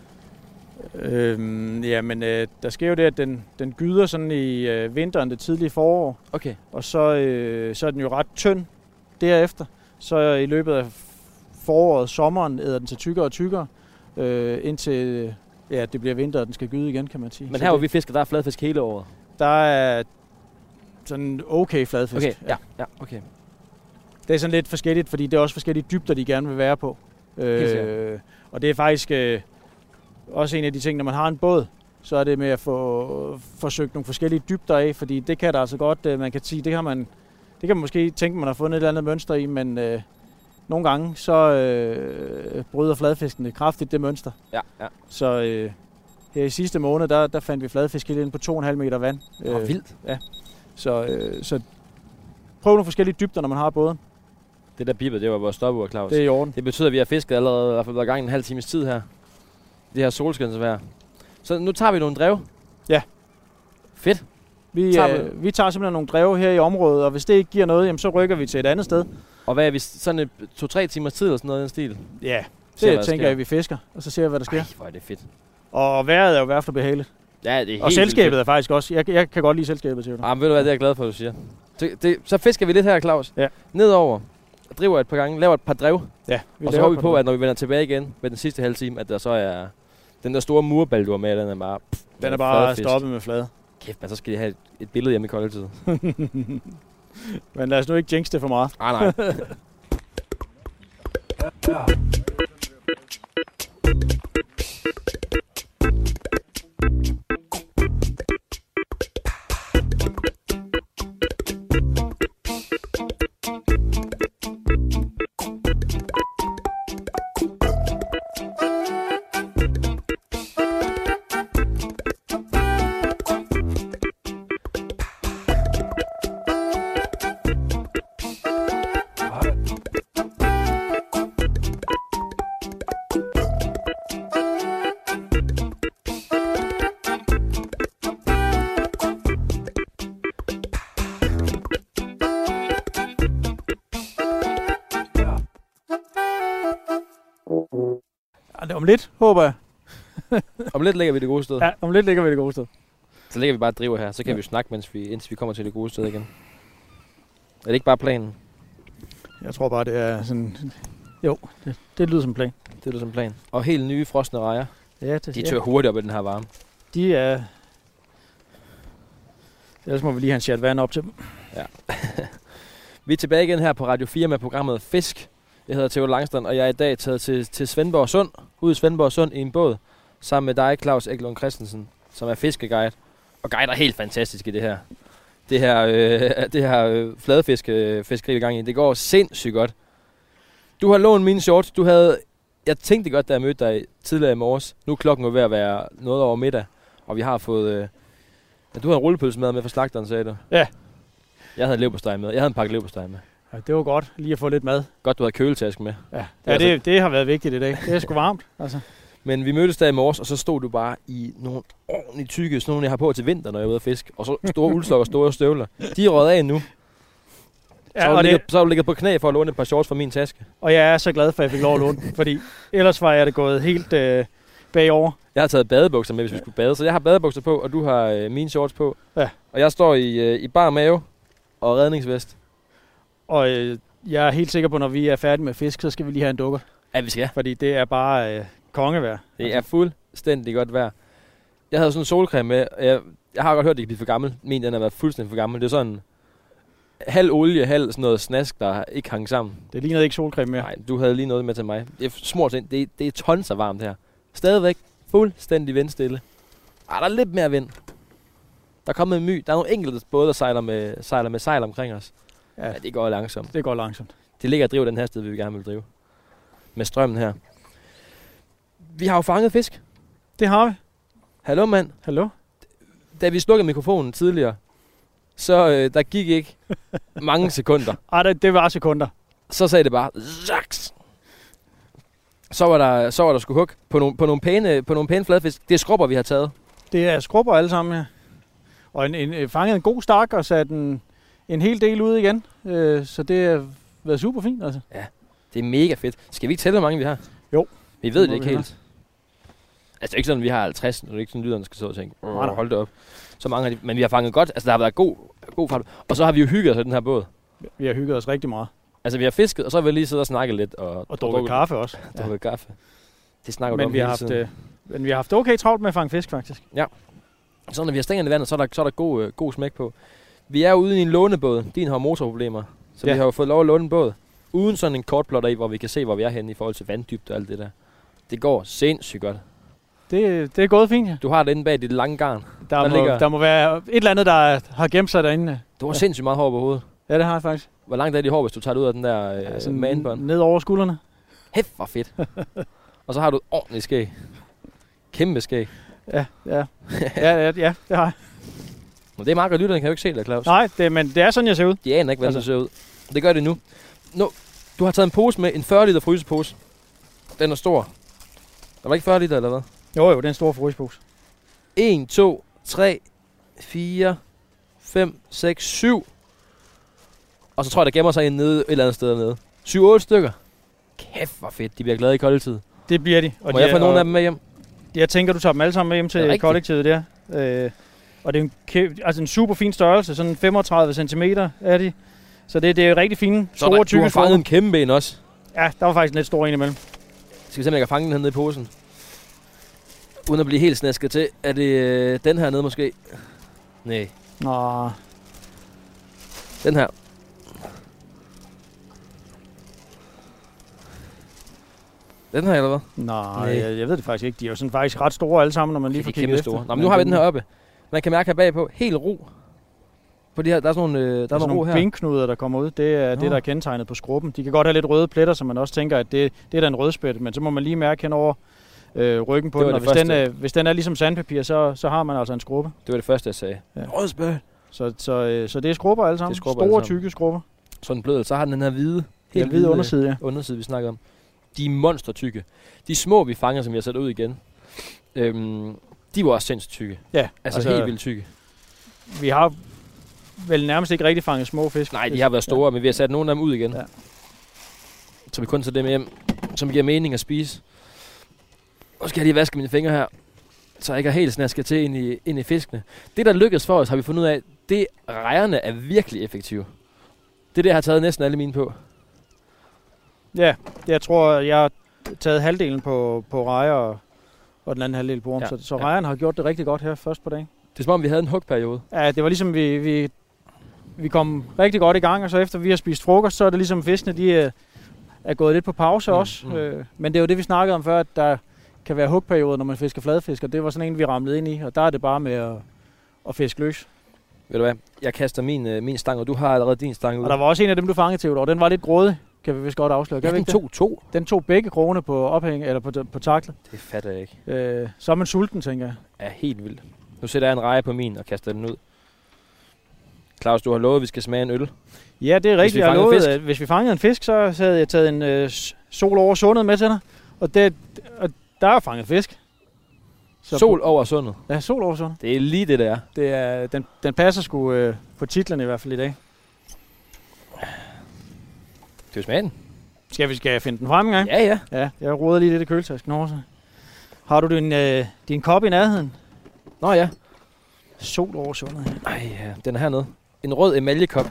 Øhm, ja, men øh, der sker jo det, at den, den gyder sådan i øh, vinteren, det tidlige forår, Okay. og så, øh, så er den jo ret tynd derefter. Så i løbet af foråret, sommeren, æder den til tykkere og tykkere, øh, indtil ja, det bliver vinter, og den skal gyde igen, kan man sige. Men Så her hvor det, vi fisker, der er fladfisk hele året. der er sådan okay fladfisk. Okay, ja, ja, okay. Det er sådan lidt forskelligt, fordi det er også forskellige dybder, de gerne vil være på. Helt Øh, og det er faktisk øh, også en af de ting, når man har en båd, så er det med at få forsøgt nogle forskellige dybder af, fordi det kan der altså godt, øh, man kan sige, det har man, det kan man måske tænke, man har fundet et eller andet mønster i, men øh, nogle gange så øh, bryder fladfisken det kraftigt, det mønster. Ja, ja. Så øh, her i sidste måned, der, der fandt vi fladfisk helt ind på to komma fem meter vand. Åh, oh, vildt. Så, øh, så prøv nogle forskellige dybder, når man har båden. Det der bippede, det var vores stopur, Claus. Det er i orden. Det betyder, at vi har fisket allerede, i hvert fald været i gang en halv times tid her. Det her solskinsvejr. Så nu tager vi nogle drev. Ja. Fedt. Vi, Tager vi- øh, vi tager simpelthen nogle drev her i området, og hvis det ikke giver noget, jamen, så rykker vi til et andet sted. Og hvad er vi, sådan et to-tre timers tid eller sådan noget i den stil? Ja, Ser, hvad det der tænker sker. jeg, vi fisker, og så ser vi, hvad der sker. Ej, hvor er det fedt. Og vejret er jo i hvert fald behageligt. Ja, det er Og helt selskabet vildt er faktisk også. Jeg, jeg kan godt lide selskabet til det. fedt. Ah, men ved du hvad, det er jeg glad for, at du siger. Det, det, så fisker vi lidt her, Claus. Ja. Nedover. Driver et par gange, laver et par drev. Ja, vi Og så laver håber vi på, det. at når vi vender tilbage igen med den sidste halve time, at der så er den der store murbal, du har med, den er bare... Pff, Den er bare fladfisk. stoppet med flade. Kæft, men så skal de have et, et billede hjemme i kollektivet. Men lad os nu ikke jinx det for meget. Ah, nej. om lidt, håber jeg. Om lidt ligger vi det gode sted. Ja, om lidt ligger vi det gode sted. Så ligger vi bare og driver her, så kan ja. vi jo snakke, mens vi, indtil vi kommer til det gode sted igen. Er det ikke bare planen? Jeg tror bare, det er sådan... Jo, det, det lyder som plan. Det lyder som plan. Og helt nye frosne rejer. Ja, det, de ja. tør hurtigt op i den her varme. De er... Ellers må vi lige have en chat vand op til dem. Ja. Vi er tilbage igen her på Radio fire med programmet Fisk. Jeg hedder Theo Langstrand, og jeg er i dag taget til, til Svendborg Sund, ud i Svendborg Sund i en båd, sammen med dig, Claus Eklund Christensen, som er fiskeguide. Og guide er helt fantastisk i det her. Det her, øh, det her øh, fladfiskeri, vi er gang i. Det går sindssygt godt. Du har lånt mine shorts. Du havde... Jeg tænkte godt, da jeg mødte dig tidligere i morges. Nu er klokken jo ved at være noget over middag, og vi har fået... Øh, ja, du har en rullepølsemad med fra slagteren, sagde du? Ja. Jeg havde en leverpostej med. Jeg havde en pakke leverpostej med. Ja, det var godt lige at få lidt mad. Godt, du havde køletaske med. Ja, det, ja, det, altså, det har været vigtigt i dag. Det er sgu varmt, altså. Men vi mødtes der i morges, og så stod du bare i nogle ordentligt tykke, sådan nogle, jeg har på til vinter, når jeg er ude at fiske. Og så store uldslok og store støvler. De er røget af nu. Ja, så, har du ligget, det... så har du ligget på knæ for at låne et par shorts fra min taske. Og jeg er så glad for, at jeg fik lov at låne dem, fordi ellers var jeg det gået helt øh, bagover. Jeg har taget badebukser med, hvis vi skulle bade. Så jeg har badebukser på, og du har øh, mine shorts på. Ja. Og jeg står i, øh, i bar mave og redningsvest. Og øh, jeg er helt sikker på, når vi er færdige med fisk, så skal vi lige have en dukker. Ja, vi skal. Fordi det er bare øh, kongevejr. Det er fuldstændig godt vejr. Jeg havde sådan en solcreme med, og jeg, jeg har godt hørt, at det kan blive for gammel. Min den har været fuldstændig for gammel. Det er sådan halv olie, halv sådan noget snask, der ikke hang sammen. Det lignede ikke solcreme mere. Nej, du havde lige noget med til mig. Det er smurt ind. Det, det er tons af varmt her. Stadigvæk fuldstændig vindstille. Ej, der er lidt mere vind. Der er kommet en my. Der er nogle enkelte både, der sejler med, sejler med sejl omkring os. Ja. Ja, det går langsomt. Det går langsomt. Det ligger at drive den her sted, vi gerne vil drive. Med strømmen her. Vi har jo fanget fisk. Det har vi. Hallo, mand. Hallo. Da vi slukkede mikrofonen tidligere, så øh, der gik ikke mange sekunder. Ej, det, det var sekunder. Så sagde det bare, zaks. Så var der, så var der sgu hug på nogle, på nogle pæne, på nogle pæne fladfisk. Det er skrubber, vi har taget. Det er skrubber alle sammen, ja. Og en, en, fanget en god stak og sat en, en hel del ud igen. Øh, så det har været super fint, altså. Ja, det er mega fedt. Skal vi ikke tælle, hvor mange vi har? Jo. Vi ved det, det ikke helt. Have. Altså, det er ikke sådan, at vi har halvtreds, når det ikke sådan, lyderne skal stå og tænke, hold det op. Så mange har de, men vi har fanget godt. Altså, der har været god, god fart. Og så har vi jo hygget os i den her båd. Vi har hygget os rigtig meget. Altså, vi har fisket, og så har vi lige siddet og snakket lidt. Og, og drukket kaffe også. Ja. Drukket kaffe. Det snakker men du om vi har haft, øh, Men vi har haft okay travlt med at fange fisk, faktisk. Ja. Så når vi har stængerne i vandet, så er der, så er der god, øh, god smæk på. Vi er ude i en lånebåd. Din har motorproblemer. Så ja. Vi har jo fået lov at låne en båd. Uden sådan en kortplotter i, hvor vi kan se, hvor vi er henne i forhold til vanddybde og alt det der. Det går sindssygt godt. Det, det er gået fint, ja. Du har det inde bag dit lange garn. Der, der, må, ligger... der må være et eller andet, der har gemt sig derinde. Du har ja. sindssygt meget hår på hovedet. Ja, det har jeg faktisk. Hvor langt er dit hår, hvis du tager det ud af den der øh, ja, manbånd? Ned over skuldrene. Hæft, hvor fedt. Og så har du et ordentligt skæg. Kæmpe skæg. Ja, ja. ja, ja, ja, det har jeg. Men det er meget godt, lytterne kan jo ikke se det, Claus. Nej, det, men det er sådan, jeg ser ud. De aner ikke, hvordan altså. det ser ud. Det gør det nu. nu. Du har taget en pose med, en fyrre liter frysepose. Den er stor. Der var ikke fyrre liter, eller hvad? Jo, jo, det er en stor frysepose. en, to, tre, fire, fem, seks, syv. Og så tror jeg, der gemmer sig en nede et eller andet sted dernede. syv otte stykker. Kæft, hvor fedt. De bliver glade i kollektivet. Det bliver de. Og Må de jeg få nogle af dem med hjem? Jeg tænker, du tager dem alle sammen med hjem til kollektivet der. Øh, og det er en, kæ- altså en super fin størrelse. Sådan femogtredive centimeter er de. Så det, det er rigtig fine, store, der, tykke. Du har fanget en kæmpe en også. Ja, der var faktisk en lidt stor en imellem. Skal vi se, om jeg kan fange den hernede i posen? Uden at blive helt snasket til. Er det øh, den her nede måske? Nej. Nå. Den her. Den her, eller hvad? Nej, jeg, jeg ved det faktisk ikke. De er jo sådan faktisk ret store alle sammen, når man lige får kigget efter. Nå, men nu har vi den her oppe. Man kan mærke her bagpå. Helt ro. På de her, der er sådan nogle, øh, der der er nogle ro her. Bindknuder, der kommer ud. Det er Nå. det, der er kendetegnet på skrubben. De kan godt have lidt røde pletter, så man også tænker, at det, det er da en rødspætte. Men så må man lige mærke hen over øh, ryggen på den. Og hvis den, er, hvis den er ligesom sandpapir, så, så har man altså en skrubbe. Det var det første, jeg sagde. Ja. Rødspætte. Så, så, øh, så det er skrubber alle sammen. Skrubber Store, alle sammen. tykke skrubber. Sådan blød. Så har den den her hvide. Helt hvide underside, ja. Underside, vi snakker om. De er monstertykke. De små, vi fanger, som jeg har sat ud igen, øhm, de var også sindssygt tykke. Ja. Altså, altså helt vildt tykke. Vi har vel nærmest ikke rigtig fanget små fisk. Nej, de har været store, ja. Men vi har sat nogle af dem ud igen. Ja. Så vi kun tager dem hjem, som giver mening at spise. Nu skal jeg lige vaske mine fingre her, så jeg ikke er helt snasket til ind i, ind i fiskene. Det, der lykkedes for os, har vi fundet ud af, det rejerne er virkelig effektive. Det er det, jeg har taget næsten alle mine på. Ja, jeg tror, jeg har taget halvdelen på, på rejer og, og den anden halvdel på orm. Ja, så, så ja. Rejerne har gjort det rigtig godt her først på dagen. Det er som om, vi havde en hugperiode. Ja, det var ligesom, vi, vi, vi kom rigtig godt i gang, og så efter vi har spist frokost, så er det ligesom, fiskene de er, er gået lidt på pause mm, også. Mm. Øh, men det er jo det, vi snakkede om før, at der kan være hugperioder, når man fisker fladfisk, og det var sådan en, vi ramlede ind i, og der er det bare med at, at fiske løs. Ved du hvad? Jeg kaster min, øh, min stang, og du har allerede din stang ud. Og der var også en af dem, du fangede, Theodor. Den var lidt grådig, kan vi vist godt afsløre. Ja, den tog to. Den tog begge krone på ophæng, eller på, på taklet. Det fatter jeg ikke. Øh, så er man sulten, tænker jeg. Ja, helt vildt. Nu sætter jeg en reje på min og kaster den ud. Claus, du har lovet, at vi skal smage en øl. Ja, det er rigtigt. Jeg har lovet, at hvis vi fangede en fisk, så havde jeg taget en øh, sol over sundet med til dig. Og, det, og der er fanget fisk. Så sol på, over sundet? Ja, sol over sundet. Det er lige det, der er. Det er den, den passer sgu øh, på titlen i hvert fald i dag. Skal vi smage den? Skal vi skal jeg finde den frem en gang? Ja, ja. Ja, jeg råder lige lidt i køletasken også. Har du din, øh, din kop i nærheden? Nå ja. Sol over sundet. Ej, ja. Den er hernede. En rød emaljekop.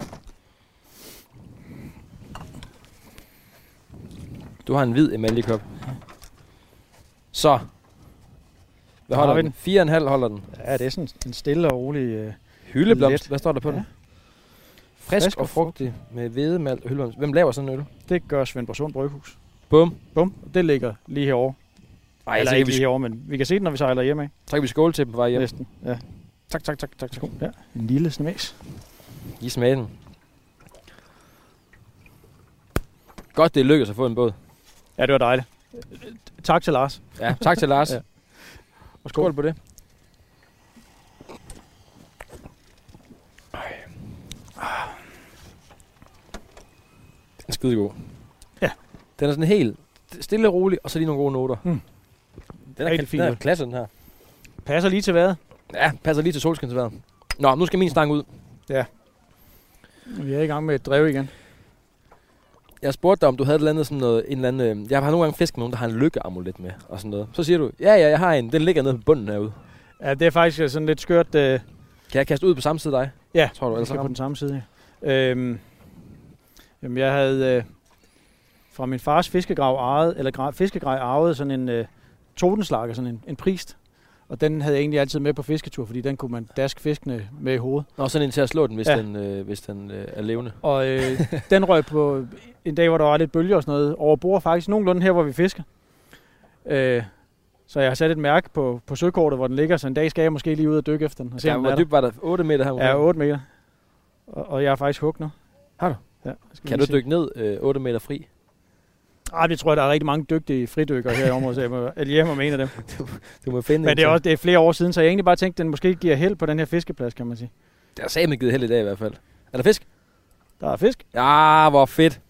Du har en hvid emaljekop. Så. Hvad holder den? fire komma fem holder den. Ja, det er sådan en stille og rolig øh, hyldeblomst. Hvad står der på ja. den? Frisk, Frisk og frugtig med hvedemalt og hyldeblomst. Hvem laver sådan en øl? Det gør Svendborgsund Bryghus. Bum. Bum. Det ligger lige herovre. Ej, Eller ikke lige herovre, men vi kan se det, når vi sejler hjemme af. Så kan vi skåle til dem på vej hjem. Næsten, ja. Tak, tak, tak, tak. tak. Ja, en lille smags. I smage den. Godt, det lykkedes at få en båd. Ja, det var dejligt. Tak til Lars. Ja, tak til Lars. ja. Og skål på det. Den er skidegod. Ja. Den er sådan helt stille og rolig, og så lige nogle gode noter. Mm. Den er rigtig fin. Den er klasse, den her. Passer lige til vejret. Ja, passer lige til solskinsvejret. Nå, nu skal min stang ud. Ja. Vi er i gang med et drev igen. Jeg spurgte dig, om du havde et eller andet sådan noget, en eller anden, øh, jeg har nogle gange fisket med nogen, der har en lykkeamulet med, og sådan noget. Så siger du, ja, ja, jeg har en, den ligger nede på bunden herude. Ja, det er faktisk sådan lidt skørt. Øh... Kan jeg kaste ud på samme side dig? Ja, tror du, jeg skal på den samme side, ja. Øhm, jamen, jeg havde øh, fra min fars fiskegrav arvet, eller gra- fiskegrej arvet sådan en øh, totenslager, sådan en, en prist. Og den havde jeg egentlig altid med på fisketur, fordi den kunne man daske fiskene med i hovedet. Og sådan en til at slå den, hvis ja. den, øh, hvis den øh, er levende. Og øh, den røg på en dag, hvor der var lidt bølger og sådan noget, over bord faktisk nogenlunde her, hvor vi fisker. Øh, så jeg har sat et mærke på, på søkortet, hvor den ligger, så en dag skal jeg måske lige ud og dykke efter den. Og se, ja, hvor dybt var der? otte meter her? Ja, otte meter. Og, og jeg har faktisk hugget nu. Har du? Ja. Kan du se. dykke ned øh, otte meter fri? Ah, det tror jeg, der er rigtig mange dygtige fridykkere her i området, så jeg må, jeg må mene af dem. du, du må finde Men det er også det er flere år siden, så jeg egentlig bare tænkte, at den måske giver held på den her fiskeplads, kan man sige. Det har sammen givet held i dag i hvert fald. Er der fisk? Der er fisk. Ja, hvor fedt.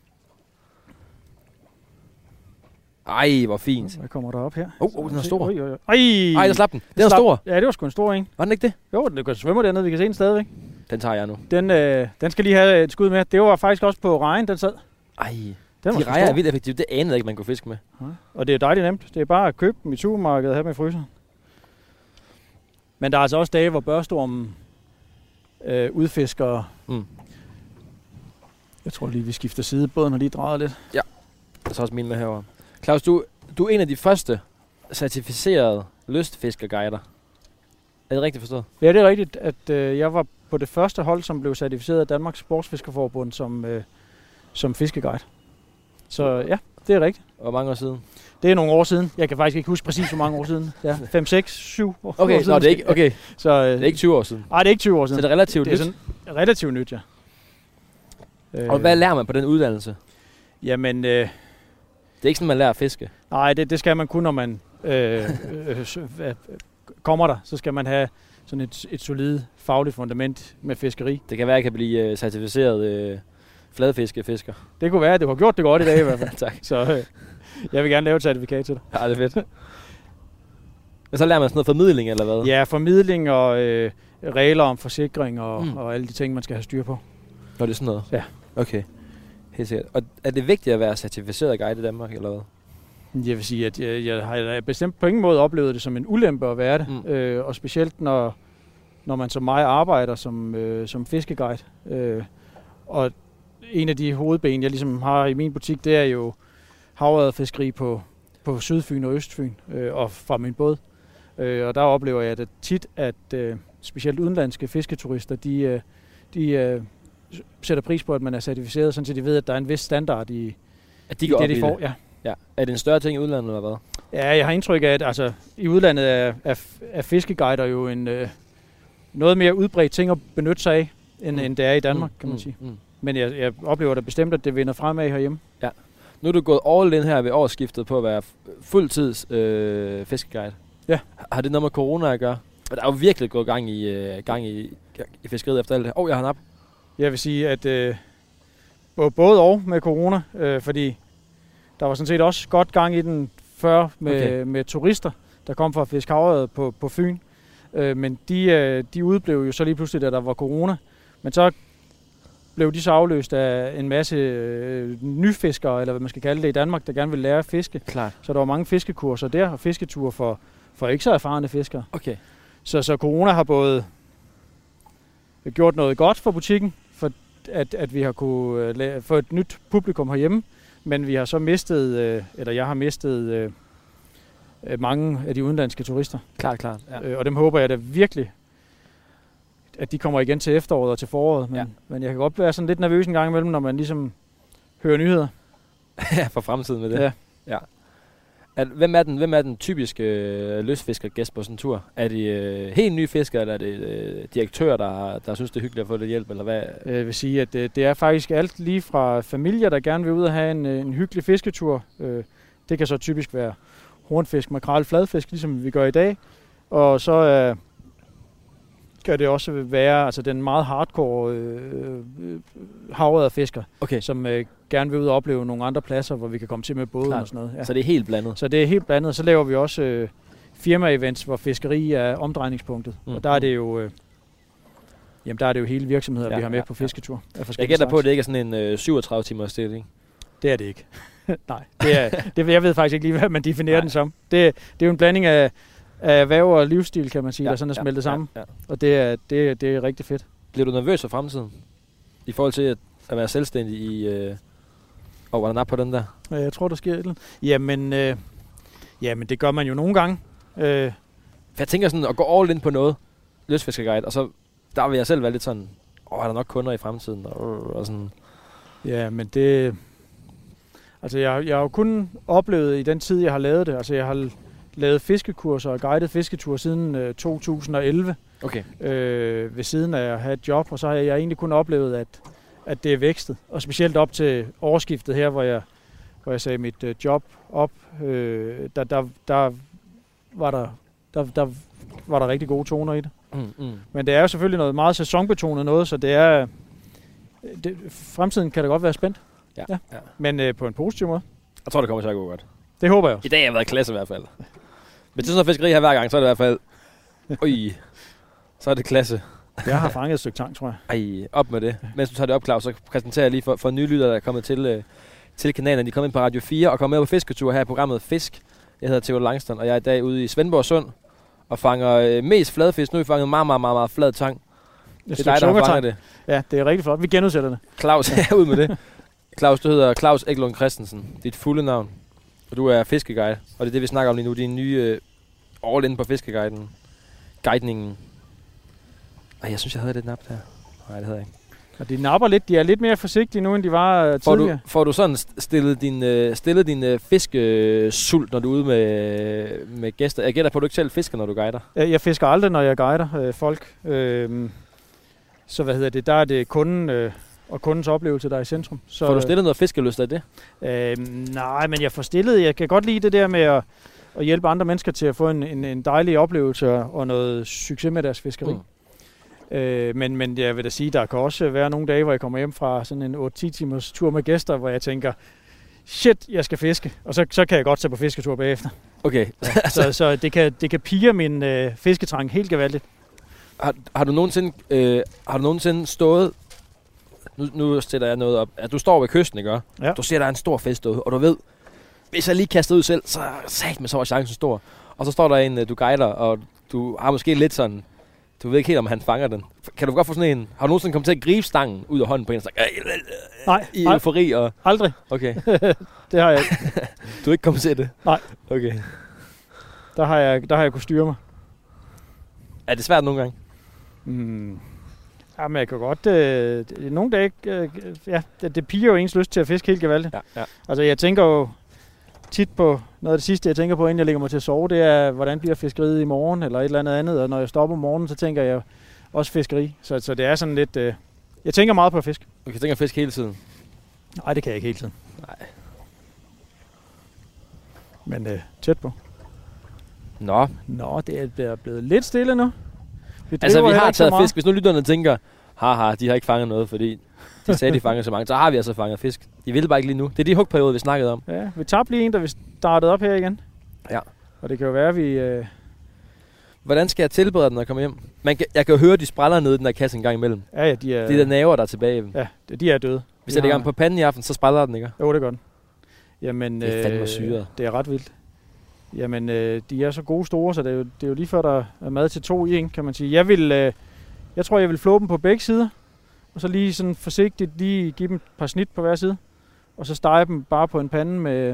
Ej, hvor fint. Hvad kommer der op her? Åh, oh, oh, den er stor. Oj, oj, oj. Ej, Ej, der slap den. Den er stor. Ja, det var sgu en stor en. Var den ikke det? Jo, den kan svømme dernede, vi kan se den stadigvæk. Den tager jeg nu. Den, øh, den skal lige have et skud med. Det var faktisk også på rejen, den sad. Ej, den de rejer er vildt effektivt. Det anede jeg ikke, man kunne fiske med. Ja. Og det er dejligt nemt. Det er bare at købe dem i supermarkedet og have dem i fryseren. Men der er altså også dage, hvor børstormen øh, udfisker. Mm. Jeg tror lige, vi skifter side. Båden har lige drejet lidt. Ja, der er så også min med herovre. Claus, du, du er en af de første certificerede lystfiskerguider. Er det rigtigt forstået? Ja, det er rigtigt, at øh, jeg var på det første hold, som blev certificeret af Danmarks Sportsfiskerforbund som, øh, som fiskeguide. Så ja, det er rigtigt. Hvor mange år siden? Det er nogle år siden. Jeg kan faktisk ikke huske præcis, hvor mange år siden. Ja, fem, seks, syv år, okay, år siden. Nå, det er ikke, okay. Så, øh, det er ikke tyve år siden? Nej, det er ikke tyve år siden. Så det er relativt det er nyt? Sådan, relativt nyt, ja. Og øh, hvad lærer man på den uddannelse? Jamen... Øh, det er ikke sådan, man lærer at fiske? Nej, det, det skal man kun, når man øh, øh, øh, kommer der. Så skal man have sådan et, et solidt fagligt fundament med fiskeri. Det kan være, at jeg kan blive øh, certificeret øh, fladfiskefisker. Det kunne være, at du har gjort det godt i dag i hvert fald. Tak. Så øh, jeg vil gerne lave et certifikat til dig. Ja, det er fedt. Men så lærer man sådan noget formidling, eller hvad? Ja, formidling og øh, regler om forsikring og, mm. og alle de ting, man skal have styr på. Nå, det er sådan noget? Ja. Okay. Helt sikkert. Og er det vigtigt at være certificeret guide i Danmark, eller hvad? Jeg vil sige, at jeg, jeg har bestemt på ingen måde oplevet det som en ulempe at være det. Mm. Øh, og specielt når, når man som mig arbejder som, øh, som fiskeguide. Øh, og en af de hovedben, jeg ligesom har i min butik, det er jo havørredfiskeri på, på Sydfyn og Østfyn øh, og fra min båd. Øh, og der oplever jeg det tit, at øh, specielt udenlandske fisketurister, de, øh, de øh, sætter pris på, at man er certificeret, sådan så de ved, at der er en vis standard i, at de i går det, op de i får. det. Ja. Ja. Er det en større ting i udlandet, eller hvad? Ja, jeg har indtryk af, at altså, i udlandet er, er, er fiskeguider jo en øh, noget mere udbredt ting at benytte sig af, end, mm. end det er i Danmark, mm. kan man mm. sige. Mm. Men jeg, jeg oplever da bestemt, at det vinder fremad herhjemme. Ja. Nu er du gået all in her ved årsskiftet på at være fuldtids øh, fiskeguide. Ja. Har det noget med corona at gøre? Der er jo virkelig gået gang i, øh, gang i, i fiskeriet efter alt det. Åh, oh, jeg har en app. Jeg vil sige, at øh, både og med corona, øh, fordi der var sådan set også godt gang i den før med, okay. med turister, der kom fra fiskhavret på, på Fyn. Øh, men de, øh, de udblev jo så lige pludselig, da der var corona. Men så blev de så afløst af en masse øh, nyfiskere, eller hvad man skal kalde det i Danmark, der gerne vil lære at fiske. Klart. Så der var mange fiskekurser der, og fisketure for, for ikke så erfarne fiskere. Okay. Så, så corona har både gjort noget godt for butikken, for at, at vi har kunne uh, få et nyt publikum herhjemme, men vi har så mistet, uh, eller jeg har mistet uh, mange af de udenlandske turister. Klart, klart. Ja. Uh, og dem håber jeg da virkelig, at de kommer igen til efteråret og til foråret. Men, ja. men jeg kan godt være sådan lidt nervøs en gang imellem, når man ligesom hører nyheder. Ja, for fremtiden med det. Ja. Ja. At, hvem, er den, hvem er den typiske øh, lystfiskergæst på sådan en tur? Er det øh, helt nye fiskere, eller er det øh, direktører, der, der synes, det er hyggeligt at få lidt hjælp? Eller hvad? Jeg vil sige, at det, det er faktisk alt lige fra familier, der gerne vil ud og have en, en hyggelig fisketur. Det kan så typisk være hornfisk, makrel, fladfisk, ligesom vi gør i dag. Og så øh, kan det også være altså den meget hardcore øh, havørredfisker, okay. som øh, gerne vil ud og opleve nogle andre pladser, hvor vi kan komme til med båden og sådan noget. Ja. Så det er helt blandet? Så det er helt blandet. Så laver vi også øh, firma-events, hvor fiskeri er omdrejningspunktet. Mm. Og der er det jo øh, jamen der er det jo hele virksomheder, ja, vi har med ja, på fisketur. Ja. Jeg gætter på, at det ikke er sådan en øh, syvogtredive timers stilling. Det er det ikke. Nej, det er, det, jeg ved faktisk ikke lige, hvad man definerer Nej. den som. Det, det er jo en blanding af, af erhverv og livsstil, kan man sige, ja, der sådan er ja, smeltet ja, sammen. Ja. Og det er, det, det er rigtig fedt. Bliver du nervøs for fremtiden? I forhold til at, at være selvstændig i... Øh og hvordan er på den der? Jeg tror, der sker et eller andet. Jamen, øh, jamen, det gør man jo nogle gange. Øh. Jeg tænker sådan, at gå all in på noget, lystfiskerguide, og så der vil jeg selv være lidt sådan, åh, er der nok kunder i fremtiden? Og, og sådan. Ja, men det... Altså, jeg, jeg har jo kun oplevet i den tid, jeg har lavet det. Altså, jeg har lavet fiskekurser og guidet fisketure siden øh, to tusind og elleve. Okay. Øh, ved siden af at have et job, og så har jeg egentlig kun oplevet, at at det er vækstet. Og specielt op til årsskiftet her, hvor jeg, hvor jeg sagde mit øh, job op, øh, der, der, der, var der, der, der var der rigtig gode toner i det. Mm, mm. Men det er jo selvfølgelig noget meget sæsonbetonet noget, så det er... Det, fremtiden kan da godt være spændt. Ja, ja. Ja. Men øh, på en positiv måde. Jeg tror, det kommer til at gå godt. Det håber jeg også. I dag har jeg været i klasse i hvert fald. Men til sådan noget fiskeri her hver gang, så er det i hvert fald... Ui, så er det klasse. Jeg har fanget et stykke tang, tror jeg. Ej, op med det. Mens du tager det op, Claus, så præsenterer jeg lige for, for nye lytter, der er kommet til, øh, til kanalen. De er kommet ind på Radio fire og kommer med på fisketur her i programmet Fisk. Jeg hedder Theo Langstrand, og jeg er i dag ude i Svendborg Sund og fanger øh, mest fladfisk. Nu har vi fanget meget, meget, meget, meget flad tang. Det er dig, der har fanget det. Ja, det er rigtig flot. Vi genudsætter det. Claus, ja, ud med det. Claus, du hedder Claus Eklund Christensen. Dit fulde navn. Og du er fiskeguide. Og det er det, vi snakker om lige nu. Din nye øh, all in på fiskeguiden. Guidningen. Ej, jeg synes, jeg havde det nap der. Nej, det havde jeg ikke. Og de napper lidt. De er lidt mere forsigtige nu, end de var uh, får tidligere. Du, får du sådan stillet din, uh, stillet din uh, fiskesult, når du er ude med, med gæster? Jeg gætter på, at du ikke selv fisker, når du guider. Jeg fisker aldrig, når jeg guider øh, folk. Øh, så hvad hedder det? Der er det kunden øh, og kundens oplevelse, der er i centrum. Så, får du stillet noget fiskelyst af det? Øh, nej, men jeg får stillet. Jeg kan godt lide det der med at, at hjælpe andre mennesker til at få en, en, en dejlig oplevelse og noget succes med deres fiskeri. Mm. Øh, men, men jeg vil da sige, der kan også være nogle dage, hvor jeg kommer hjem fra sådan en otte til ti timers tur med gæster, hvor jeg tænker, shit, jeg skal fiske. Og så, så kan jeg godt tage på fisketur bagefter. Okay. Ja, så så det, kan, det kan pige min øh, fisketrang helt gevaldigt. Har, har, du nogensinde, øh, har du nogensinde stået, nu, nu sætter jeg noget op, at du står ved kysten, ikke? Ja. Du ser, der er en stor fisk derude, og du ved, hvis jeg lige kaster ud selv, så sagt med så var chancen stor. Og så står der en, du guider, og du har måske lidt sådan, du ved ikke helt, om han fanger den. Kan du godt få sådan en, har du nogensinde kommet til at gribe stangen ud af hånden på en, og nej, i eufori? Og aldrig. Okay. Det har jeg ikke. Du er ikke kommet til det? Nej. Okay. Der har jeg, der har jeg kunnet styre mig. Er det svært nogle gange? Mm. Jamen, jeg kan godt... Øh, nogle dage... Øh, ja, det, det piger jo ens lyst til at fiske helt gevaldigt. Ja, ja. Altså, jeg tænker jo tit på... Noget af det sidste, jeg tænker på, inden jeg lægger mig til at sove, det er, hvordan bliver fiskeriet i morgen, eller et eller andet andet. Og når jeg stopper om morgenen, så tænker jeg også fiskeri. Så, så det er sådan lidt... Øh, jeg tænker meget på fisk. Du kan tænke at fisk hele tiden? Nej, det kan jeg ikke hele tiden. Nej. Men øh, tæt på. Nå. Nå, det er blevet lidt stille nu. Vi altså, vi har taget fisk. Hvis nu lytterne tænker, haha, de har ikke fanget noget, fordi de sagde, de fangede så mange, så har vi altså fanget fisk. De ville bare ikke lige nu. Det er de hugperioder, vi snakkede om. Ja, vi tabte lige en, da vi startede op her igen. Ja. Og det kan jo være, at vi... Øh... Hvordan skal jeg tilberede den, når jeg kommer hjem? Man kan, jeg kan jo høre, de spræller nede i den der kasse en gang imellem. Ja, ja, de er... De der naver, der er tilbage. Ja, de er døde. Hvis jeg lægger dem på panden i aften, så spræller den, ikke? Jo, det gør den. Jamen, det er fandme syret. Det er ret vildt. Jamen, øh, de er så gode store, så det er, jo, det er jo lige før, der er mad til to i en, kan man sige. Jeg vil, øh, jeg tror, jeg vil flå dem på begge sider, og så lige sådan forsigtigt lige give dem et par snit på hver side, og så stege dem bare på en pande med,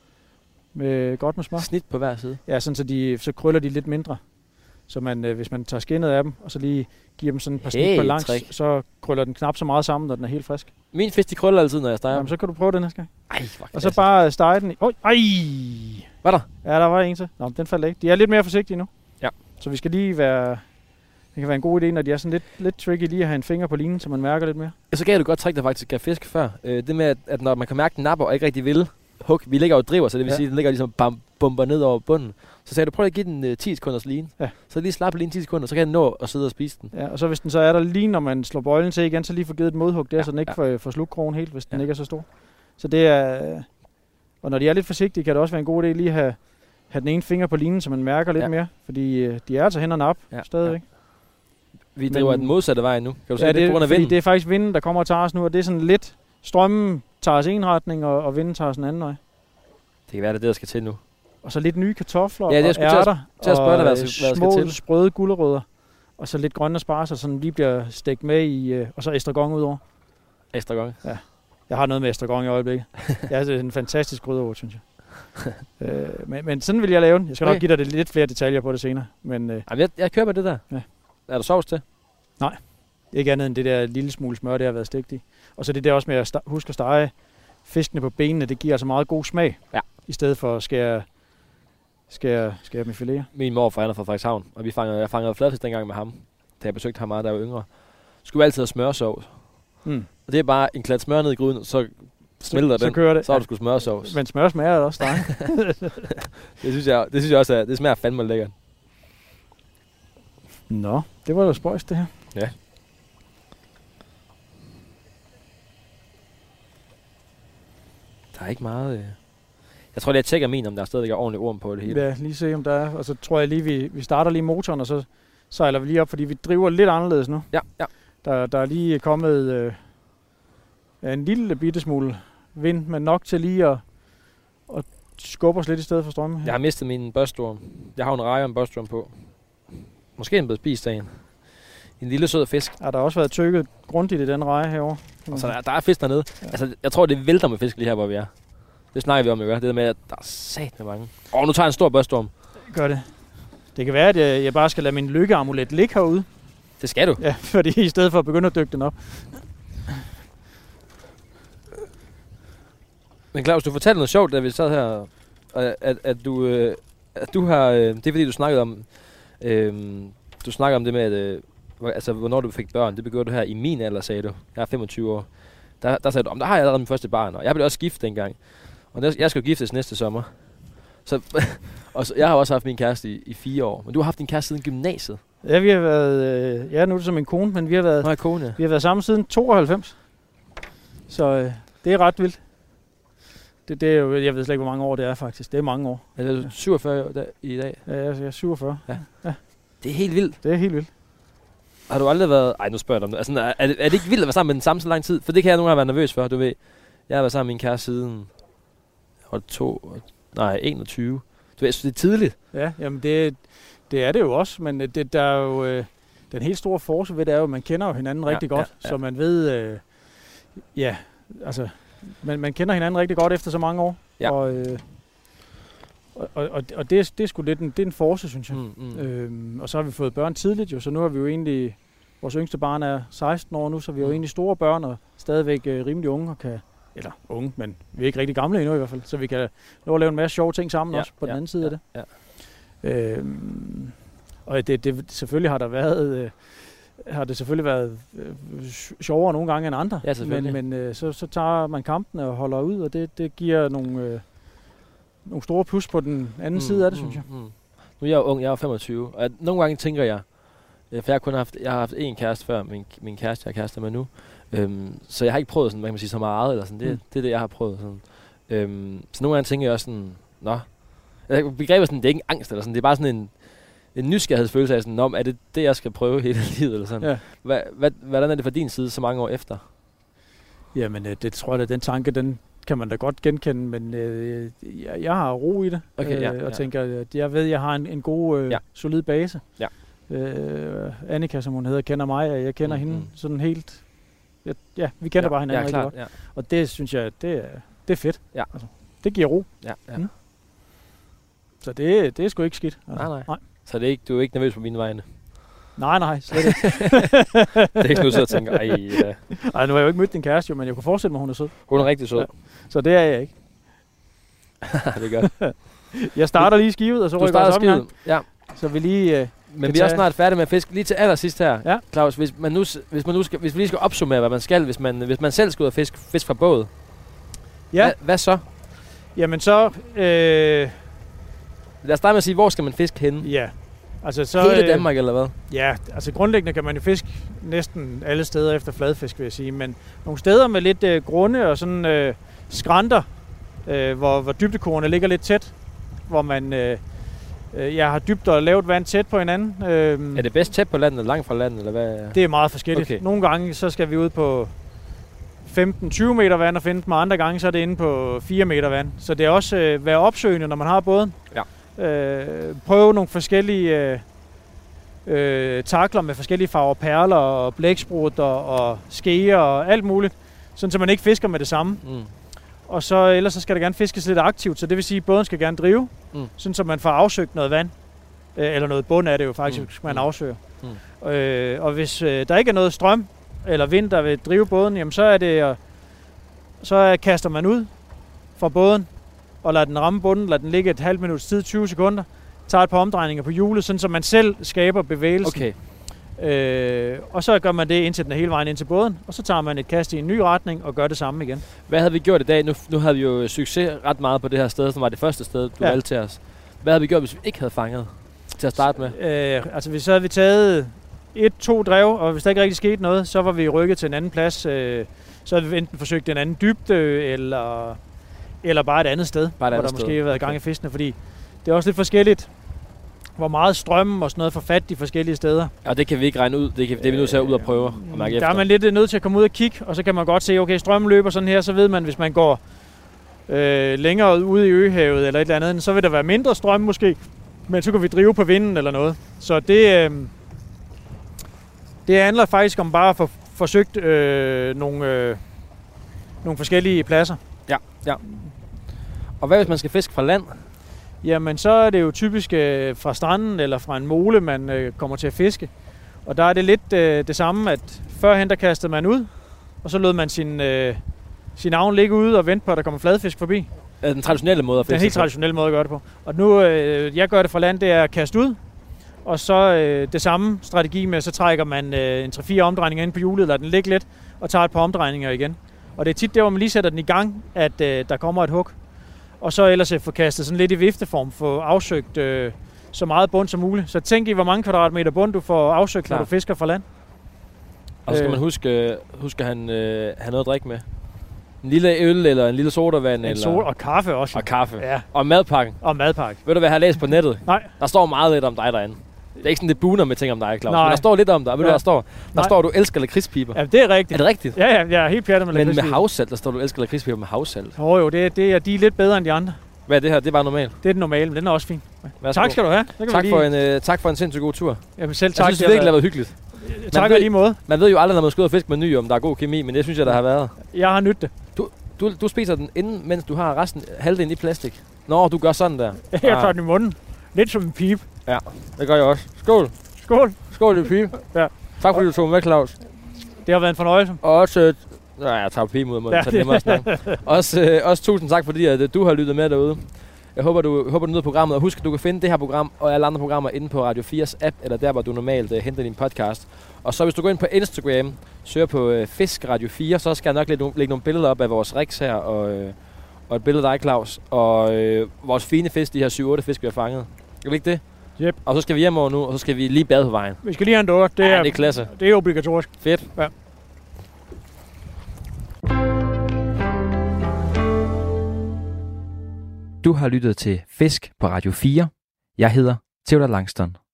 med godt med smør. Snit på hver side? Ja, sådan så, de, så krøller de lidt mindre. Så man, øh, hvis man tager skinnet af dem, og så lige giver dem sådan et par hey, snit på langs, trick. Så krøller den knap så meget sammen, når den er helt frisk. Min fisk, de krøller altid, når jeg steger. Jamen, så kan du prøve den næste gang. Ej, hvor og så bare stege den i... Oj, ej! Hvad der? Ja, der var en til. Nå, den faldt ikke. De er lidt mere forsigtige nu. Ja. Så vi skal lige være... Det kan være en god idé, når de er sådan lidt, lidt tricky, lige at have en finger på linen, så man mærker lidt mere. Ja, så gav du godt trick, der faktisk gav fisk før. Øh, det med, at, at når man kan mærke, den napper og ikke rigtig vil hug, vi ligger jo og driver, så det vil ja. sige, at den ligger ligesom bam, bomber ned over bunden. Så sagde du, prøv at give den uh, ti sekunders line. Ja. Så lige slappe lige ti sekunder, så kan den nå at sidde og spise den. Ja, og så hvis den så er der lige, når man slår bøjlen til igen, så lige få givet et modhug der, ja, så den ikke ja. får, får slukkrogen helt, hvis ja. den ikke er så stor. Så det er... Og når de er lidt forsigtige, kan det også være en god idé lige at have, have den ene finger på linen, så man mærker lidt ja. mere. Fordi uh, de er altså hænderne op ja. stadigvæk. Ja. Vi driver Men, den modsatte vej nu. Kan du ja, se, det er på grund af vinden? Det er faktisk vinden, der kommer og tager os nu, og det er sådan lidt... Strømmen tager os en retning, og, og vinden tager os en anden vej. Det kan være, det er det, der skal til nu. Og så lidt nye kartofler ja, det og ærter, til at spørge dig, hvad, hvad små, skal til. Sprøde gulerødder, og så lidt grønne asparger, så lige bliver stegt med i, øh, og så estragon udover. Estragon? Ja. Jeg har noget med estragon i øjeblikket. Ja, det er en fantastisk krydderurt, synes jeg. øh, men, men sådan vil jeg lave den. Jeg skal okay. nok give dig det lidt flere detaljer på det senere. Men, øh, Jamen, jeg, jeg kører med det der. Ja. Er der sovs til? Nej. Ikke andet end det der lille smule smør, det har været stegt i. Og så det der også med at sta- huske at stege fiskene på benene, det giver altså meget god smag. Ja. I stedet for at skære, skære, skære med fileter. Min morfar er fra Frederikshavn, og vi fangede, jeg fangede fladfisk dengang med ham, da jeg besøgte ham meget, da jeg var yngre. Skulle altid have smørsovs. Mm. Og det er bare en klat smør ned i gryden, så smelter så, den, så, kører det. så har du sgu smørsovs. Men smør smager det også dig. det, synes jeg, det synes jeg også, er, det smager fandme lækkert. Nå, det var jo spøjst det her. Ja. Der er ikke meget... Øh... Jeg tror, det er, jeg tjekker min, om der er stadigvæk er ordentligt orm på det hele. Ja, lige se, om der er. Og så tror jeg lige, vi, vi starter lige motoren, og så sejler vi lige op, fordi vi driver lidt anderledes nu. Ja, ja. Der, der er lige kommet øh, en lille bitte smule vind, men nok til lige at, at skubbe os lidt i stedet for strømmen. Jeg har mistet min børstorm. Jeg har en rejer og en børstorm på. Måske en blevet spist af en. En lille sød fisk. Ja, der har også været tykket grundigt i den reje herovre. Og så der, der er fisk dernede. Ja. Altså, jeg tror, det vælter med fisk lige her, hvor vi er. Det snakker vi om, jo. Det der med, at der er sat med mange. Åh, oh, nu tager jeg en stor børstorm. Gør det. Det kan være, at jeg, jeg bare skal lade min lykkeamulet ligge herude. Det skal du. Ja, fordi i stedet for at begynde at dykke den op. Men Claus, du fortalte noget sjovt, da vi sad her, at, at, at, du, øh, at du har... Øh, det er fordi, du snakkede om... Øh, du snakker om det med, at... Øh, altså, hvornår du fik børn. Det begyndte du her i min alder, sagde du. Jeg er femogtyve år. Der, der sagde du, om der har jeg allerede min første barn, og jeg blev også gift dengang. Og der, jeg skal jo giftes næste sommer. Så, og så, jeg har også haft min kæreste i, i fire år. Men du har haft din kæreste siden gymnasiet. Ja, vi har været... Øh, ja, nu er det som en kone, men vi har været... Nå, kone, ja. Vi har været sammen siden tooghalvfems. Så øh, det er ret vildt. Det, det er jo... Jeg ved slet ikke, hvor mange år det er, faktisk. Det er mange år. Er det syvogfyrre år i dag? Ja, jeg er syvogfyrre. Ja. Ja. Det er helt vildt. Det er helt vildt. Har du aldrig været... Ej, nu spørger jeg dig om det. Altså, er, er, det, er det ikke vildt at være sammen med den samme så lang tid? For det kan jeg nogle gange være nervøs for, du ved. Jeg har været sammen med min kæreste siden... Og to, nej, enogtyve. Du ved, det er tidligt. Ja, jamen det, det er det jo også, men det, der er jo, øh, den helt store force ved det er jo, at man kender jo hinanden ja, rigtig godt, ja, ja. Så man ved, øh, ja, altså, man, man kender hinanden rigtig godt efter så mange år. Ja. Og, øh, og, og, og det, det er sgu lidt en, det er en force, synes jeg. Mm, mm. Øhm, og så har vi fået børn tidligt jo, så nu har vi jo egentlig, vores yngste barn er seksten år nu, så vi er jo egentlig store børn og stadigvæk øh, rimelig unge og kan, eller unge, men vi er ikke rigtig gamle endnu i hvert fald, så vi kan nå at lave en masse sjove ting sammen ja, også på ja, den anden side ja, af det. Ja. Øhm, og det, det, selvfølgelig har der været, øh, har det selvfølgelig været øh, sjovere nogle gange end andre, ja, men, men øh, så, så tager man kampene og holder ud, og det, det giver nogle, øh, nogle store plus på den anden mm, side af det, mm, synes jeg. Mm. Nu er jeg jo ung, jeg er femogtyve, og nogle gange tænker jeg, for jeg har kun haft, jeg har haft én kæreste før, min, min kæreste, jeg er kæreste med nu, øhm, så jeg har ikke prøvet sådan, hvad kan man sige, så meget, eller sådan, det, mm. det er det, jeg har prøvet. Sådan. Øhm, så nogle gange tænker jeg også sådan, nå, begrebet sådan, det er ikke en angst, eller sådan, det er bare sådan en, en nysgerrighedsfølelse af sådan, om er det det, jeg skal prøve hele livet, eller sådan. Ja. Hva, hva, hvordan er det fra din side så mange år efter? Jamen, det tror jeg, at den tanke, den kan man da godt genkende, men øh, jeg, jeg har ro i det, okay, øh, ja, og ja. tænker, at jeg ved, at jeg har en, en god, øh, ja. solid base. Ja. Øh, Annika, som hun hedder, kender mig, og jeg kender mm, hende mm. sådan helt, ja, ja vi kender ja, bare hinanden ja, rigtig godt. Ja. Og det synes jeg, det er, det er fedt. Ja. Altså, det giver ro. Ja, ja. Mm. Så det, det er sgu ikke skidt. Altså. Nej, nej, nej. Så det er ikke, du er ikke nervøs på mine vegne? Nej, nej, slet ikke. Det er ikke nu, så jeg tænker, ej... Ja. Ej, nu har jeg jo ikke mødt din kæreste, men jeg kunne forestille mig, hun er sød. Hun er rigtig sød. Ja. Så det er jeg ikke. Det er godt. Jeg starter lige skivet, og så rykker jeg op i gang. Ja. Så vi lige... Øh, men vi er også snart færdige med at fiske. Lige til allersidst her, ja. Claus, hvis man nu, hvis man nu skal, hvis vi lige skal opsummere, hvad man skal, hvis man, hvis man selv skal ud og fiske fisk fra båd. Ja. Hva, hvad så? Jamen så... Øh, Lad os starte med at sige, hvor skal man fiske henne? Ja. Altså så, hele Danmark, øh, eller hvad? Ja, altså grundlæggende kan man jo fiske næsten alle steder efter fladfisk, vil jeg sige. Men nogle steder med lidt øh, grunde og sådan øh, skrænter, øh, hvor, hvor dybdekornene ligger lidt tæt, hvor man... Øh, jeg har dybt og lavt vand tæt på hinanden. Er det bedst tæt på landet eller langt fra landet, eller hvad? Det er meget forskelligt. Okay. Nogle gange så skal vi ud på femten til tyve meter vand og finde dem, og andre gange så er det inde på fire meter vand. Så det er også øh, være opsøgende, når man har båden. Ja. Øh, prøve nogle forskellige øh, øh, takler med forskellige farver, perler og blæksprutter og skeer og alt muligt, sådan så man ikke fisker med det samme. Mm. Og så ellers så skal der gerne fiskes lidt aktivt, så det vil sige, at båden skal gerne drive, mm. sådan så man får afsøgt noget vand. Øh, eller noget bund er det jo faktisk, mm. man afsøger. Mm. Øh, og hvis øh, der ikke er noget strøm eller vind, der vil drive båden, jamen så er det, øh, så kaster man ud fra båden og lader den ramme bunden, lader den ligge et halvt minuts tid, tyve sekunder, tager et par omdrejninger på hjulet, sådan så man selv skaber bevægelsen. Okay. Øh, og så gør man det indtil den er hele vejen ind til båden, og så tager man et kast i en ny retning og gør det samme igen. Hvad havde vi gjort i dag? Nu, nu havde vi jo succes ret meget på det her sted, som var det første sted, du ja. valgte til os. Hvad havde vi gjort, hvis vi ikke havde fanget til at starte med? Øh, altså hvis så havde vi taget et, to drev, og hvis der ikke rigtig skete noget, så var vi rykket til en anden plads. Øh, så havde vi enten forsøgt en anden dybde, eller, eller bare et andet sted, bare et andet hvor der sted. Måske har været gang i fiskene, fordi det er også lidt forskelligt, hvor meget strøm og sådan noget får fat de forskellige steder. Ja, det kan vi ikke regne ud. Det, kan, det er vi nødt til at ud og prøve at mærke efter. Der er man lidt nødt til at komme ud og kigge, og så kan man godt se, okay, strømmen løber sådan her, så ved man, hvis man går øh, længere ude i Øhavet eller et eller andet, så vil der være mindre strøm måske, men så kan vi drive på vinden eller noget. Så det, øh, det handler faktisk om bare at få forsøgt øh, nogle, øh, nogle forskellige pladser. Ja, ja. Og hvad hvis man skal fiske fra land? Jamen, så er det jo typisk øh, fra stranden eller fra en mole, man øh, kommer til at fiske. Og der er det lidt øh, det samme, at førhen der kastede man ud, og så lod man sin, øh, sin avn ligge ude og vente på, at der kommer fladfisk forbi. Er den traditionelle måde at fiske? Den helt traditionelle måde at gøre det på. Og nu, øh, jeg gør det fra land, det er at kaste ud, og så øh, det samme strategi med, så trækker man øh, en tre fire omdrejninger ind på hjulet, lader den ligge lidt, og tager et par omdrejninger igen. Og det er tit der, hvor man lige sætter den i gang, at øh, der kommer et hug. Og så ellers få kastet sådan lidt i vifteform, få afsøgt øh, så meget bund som muligt. Så tænk i, hvor mange kvadratmeter bund du får afsøgt, Klar. når du fisker fra land. Og så skal øh, man huske, huske at han øh, have noget at drikke med. En lille øl eller en lille sodavand. En eller sol og kaffe også. Og kaffe. Ja. Og madpakken. Og madpakke. Ved du, hvad jeg har læst på nettet? Nej. Der står meget lidt om dig derinde. Det er ikke sådan, det buner med ting om dig, Claus. Nej. Men der står lidt om dig. Ved du, Ja. hvad der står? Der Nej. står, du elsker lakridspiber. Ja, det er rigtigt. Er det rigtigt? Ja, ja, jeg er helt pjattet med Men med lakridspiber. havsalt, der står, du elsker lakridspiber med havsalt. Jo, jo, det, det er, de er lidt bedre end de andre. Hvad er det her? Det er bare normalt. Det er den normale, men den er også fin. Værsgo. Tak skal du have. Så kan Tak vi for, lige... en, øh, tak for en sindssygt god tur. Jamen selv Jeg tak. synes virkelig, det har været hyggeligt. Tak ved- i lige måde. Man ved jo aldrig, når man skal ud og fiske med ny, om der er god kemi, men det synes jeg, der har været. Jeg har nydt det. Du, du spiser den inden, mens du har resten halvdelen i plastik. Nå, du gør sådan der. Jeg tager den i munden. Lidt som en pipe. Ja, det gør jeg også. Skål. Skål. Skål, det pibe. Ja. Tak fordi du tog med, Claus. Det har været en fornøjelse. Og også... Øh, nej, jeg tager pibe ud af munden, Ja. så det er nemmere at snakke. Også, øh, også tusind tak, fordi at, øh, du har lyttet med derude. Jeg håber, du, håber, du nyder programmet, og husk, at du kan finde det her program og alle andre programmer inde på Radio fires app, eller der, hvor du normalt uh, henter din podcast. Og så hvis du går ind på Instagram, søger på uh, Fisk Radio fire, så skal jeg nok lægge, no- lægge nogle billeder op af vores rigs her, og, uh, og et billede af dig, Claus, og uh, vores fine fisk, de her syv otte fisk, vi har fanget. Skal vi ikke det? Yep. Og så skal vi hjem over nu, og så skal vi lige bade på vejen. Vi skal lige have en dukker. Det, Ja, er, det er klasse. det er obligatorisk. Fedt. Ja. Du har lyttet til Fisk på Radio fire. Jeg hedder Theodor Langston.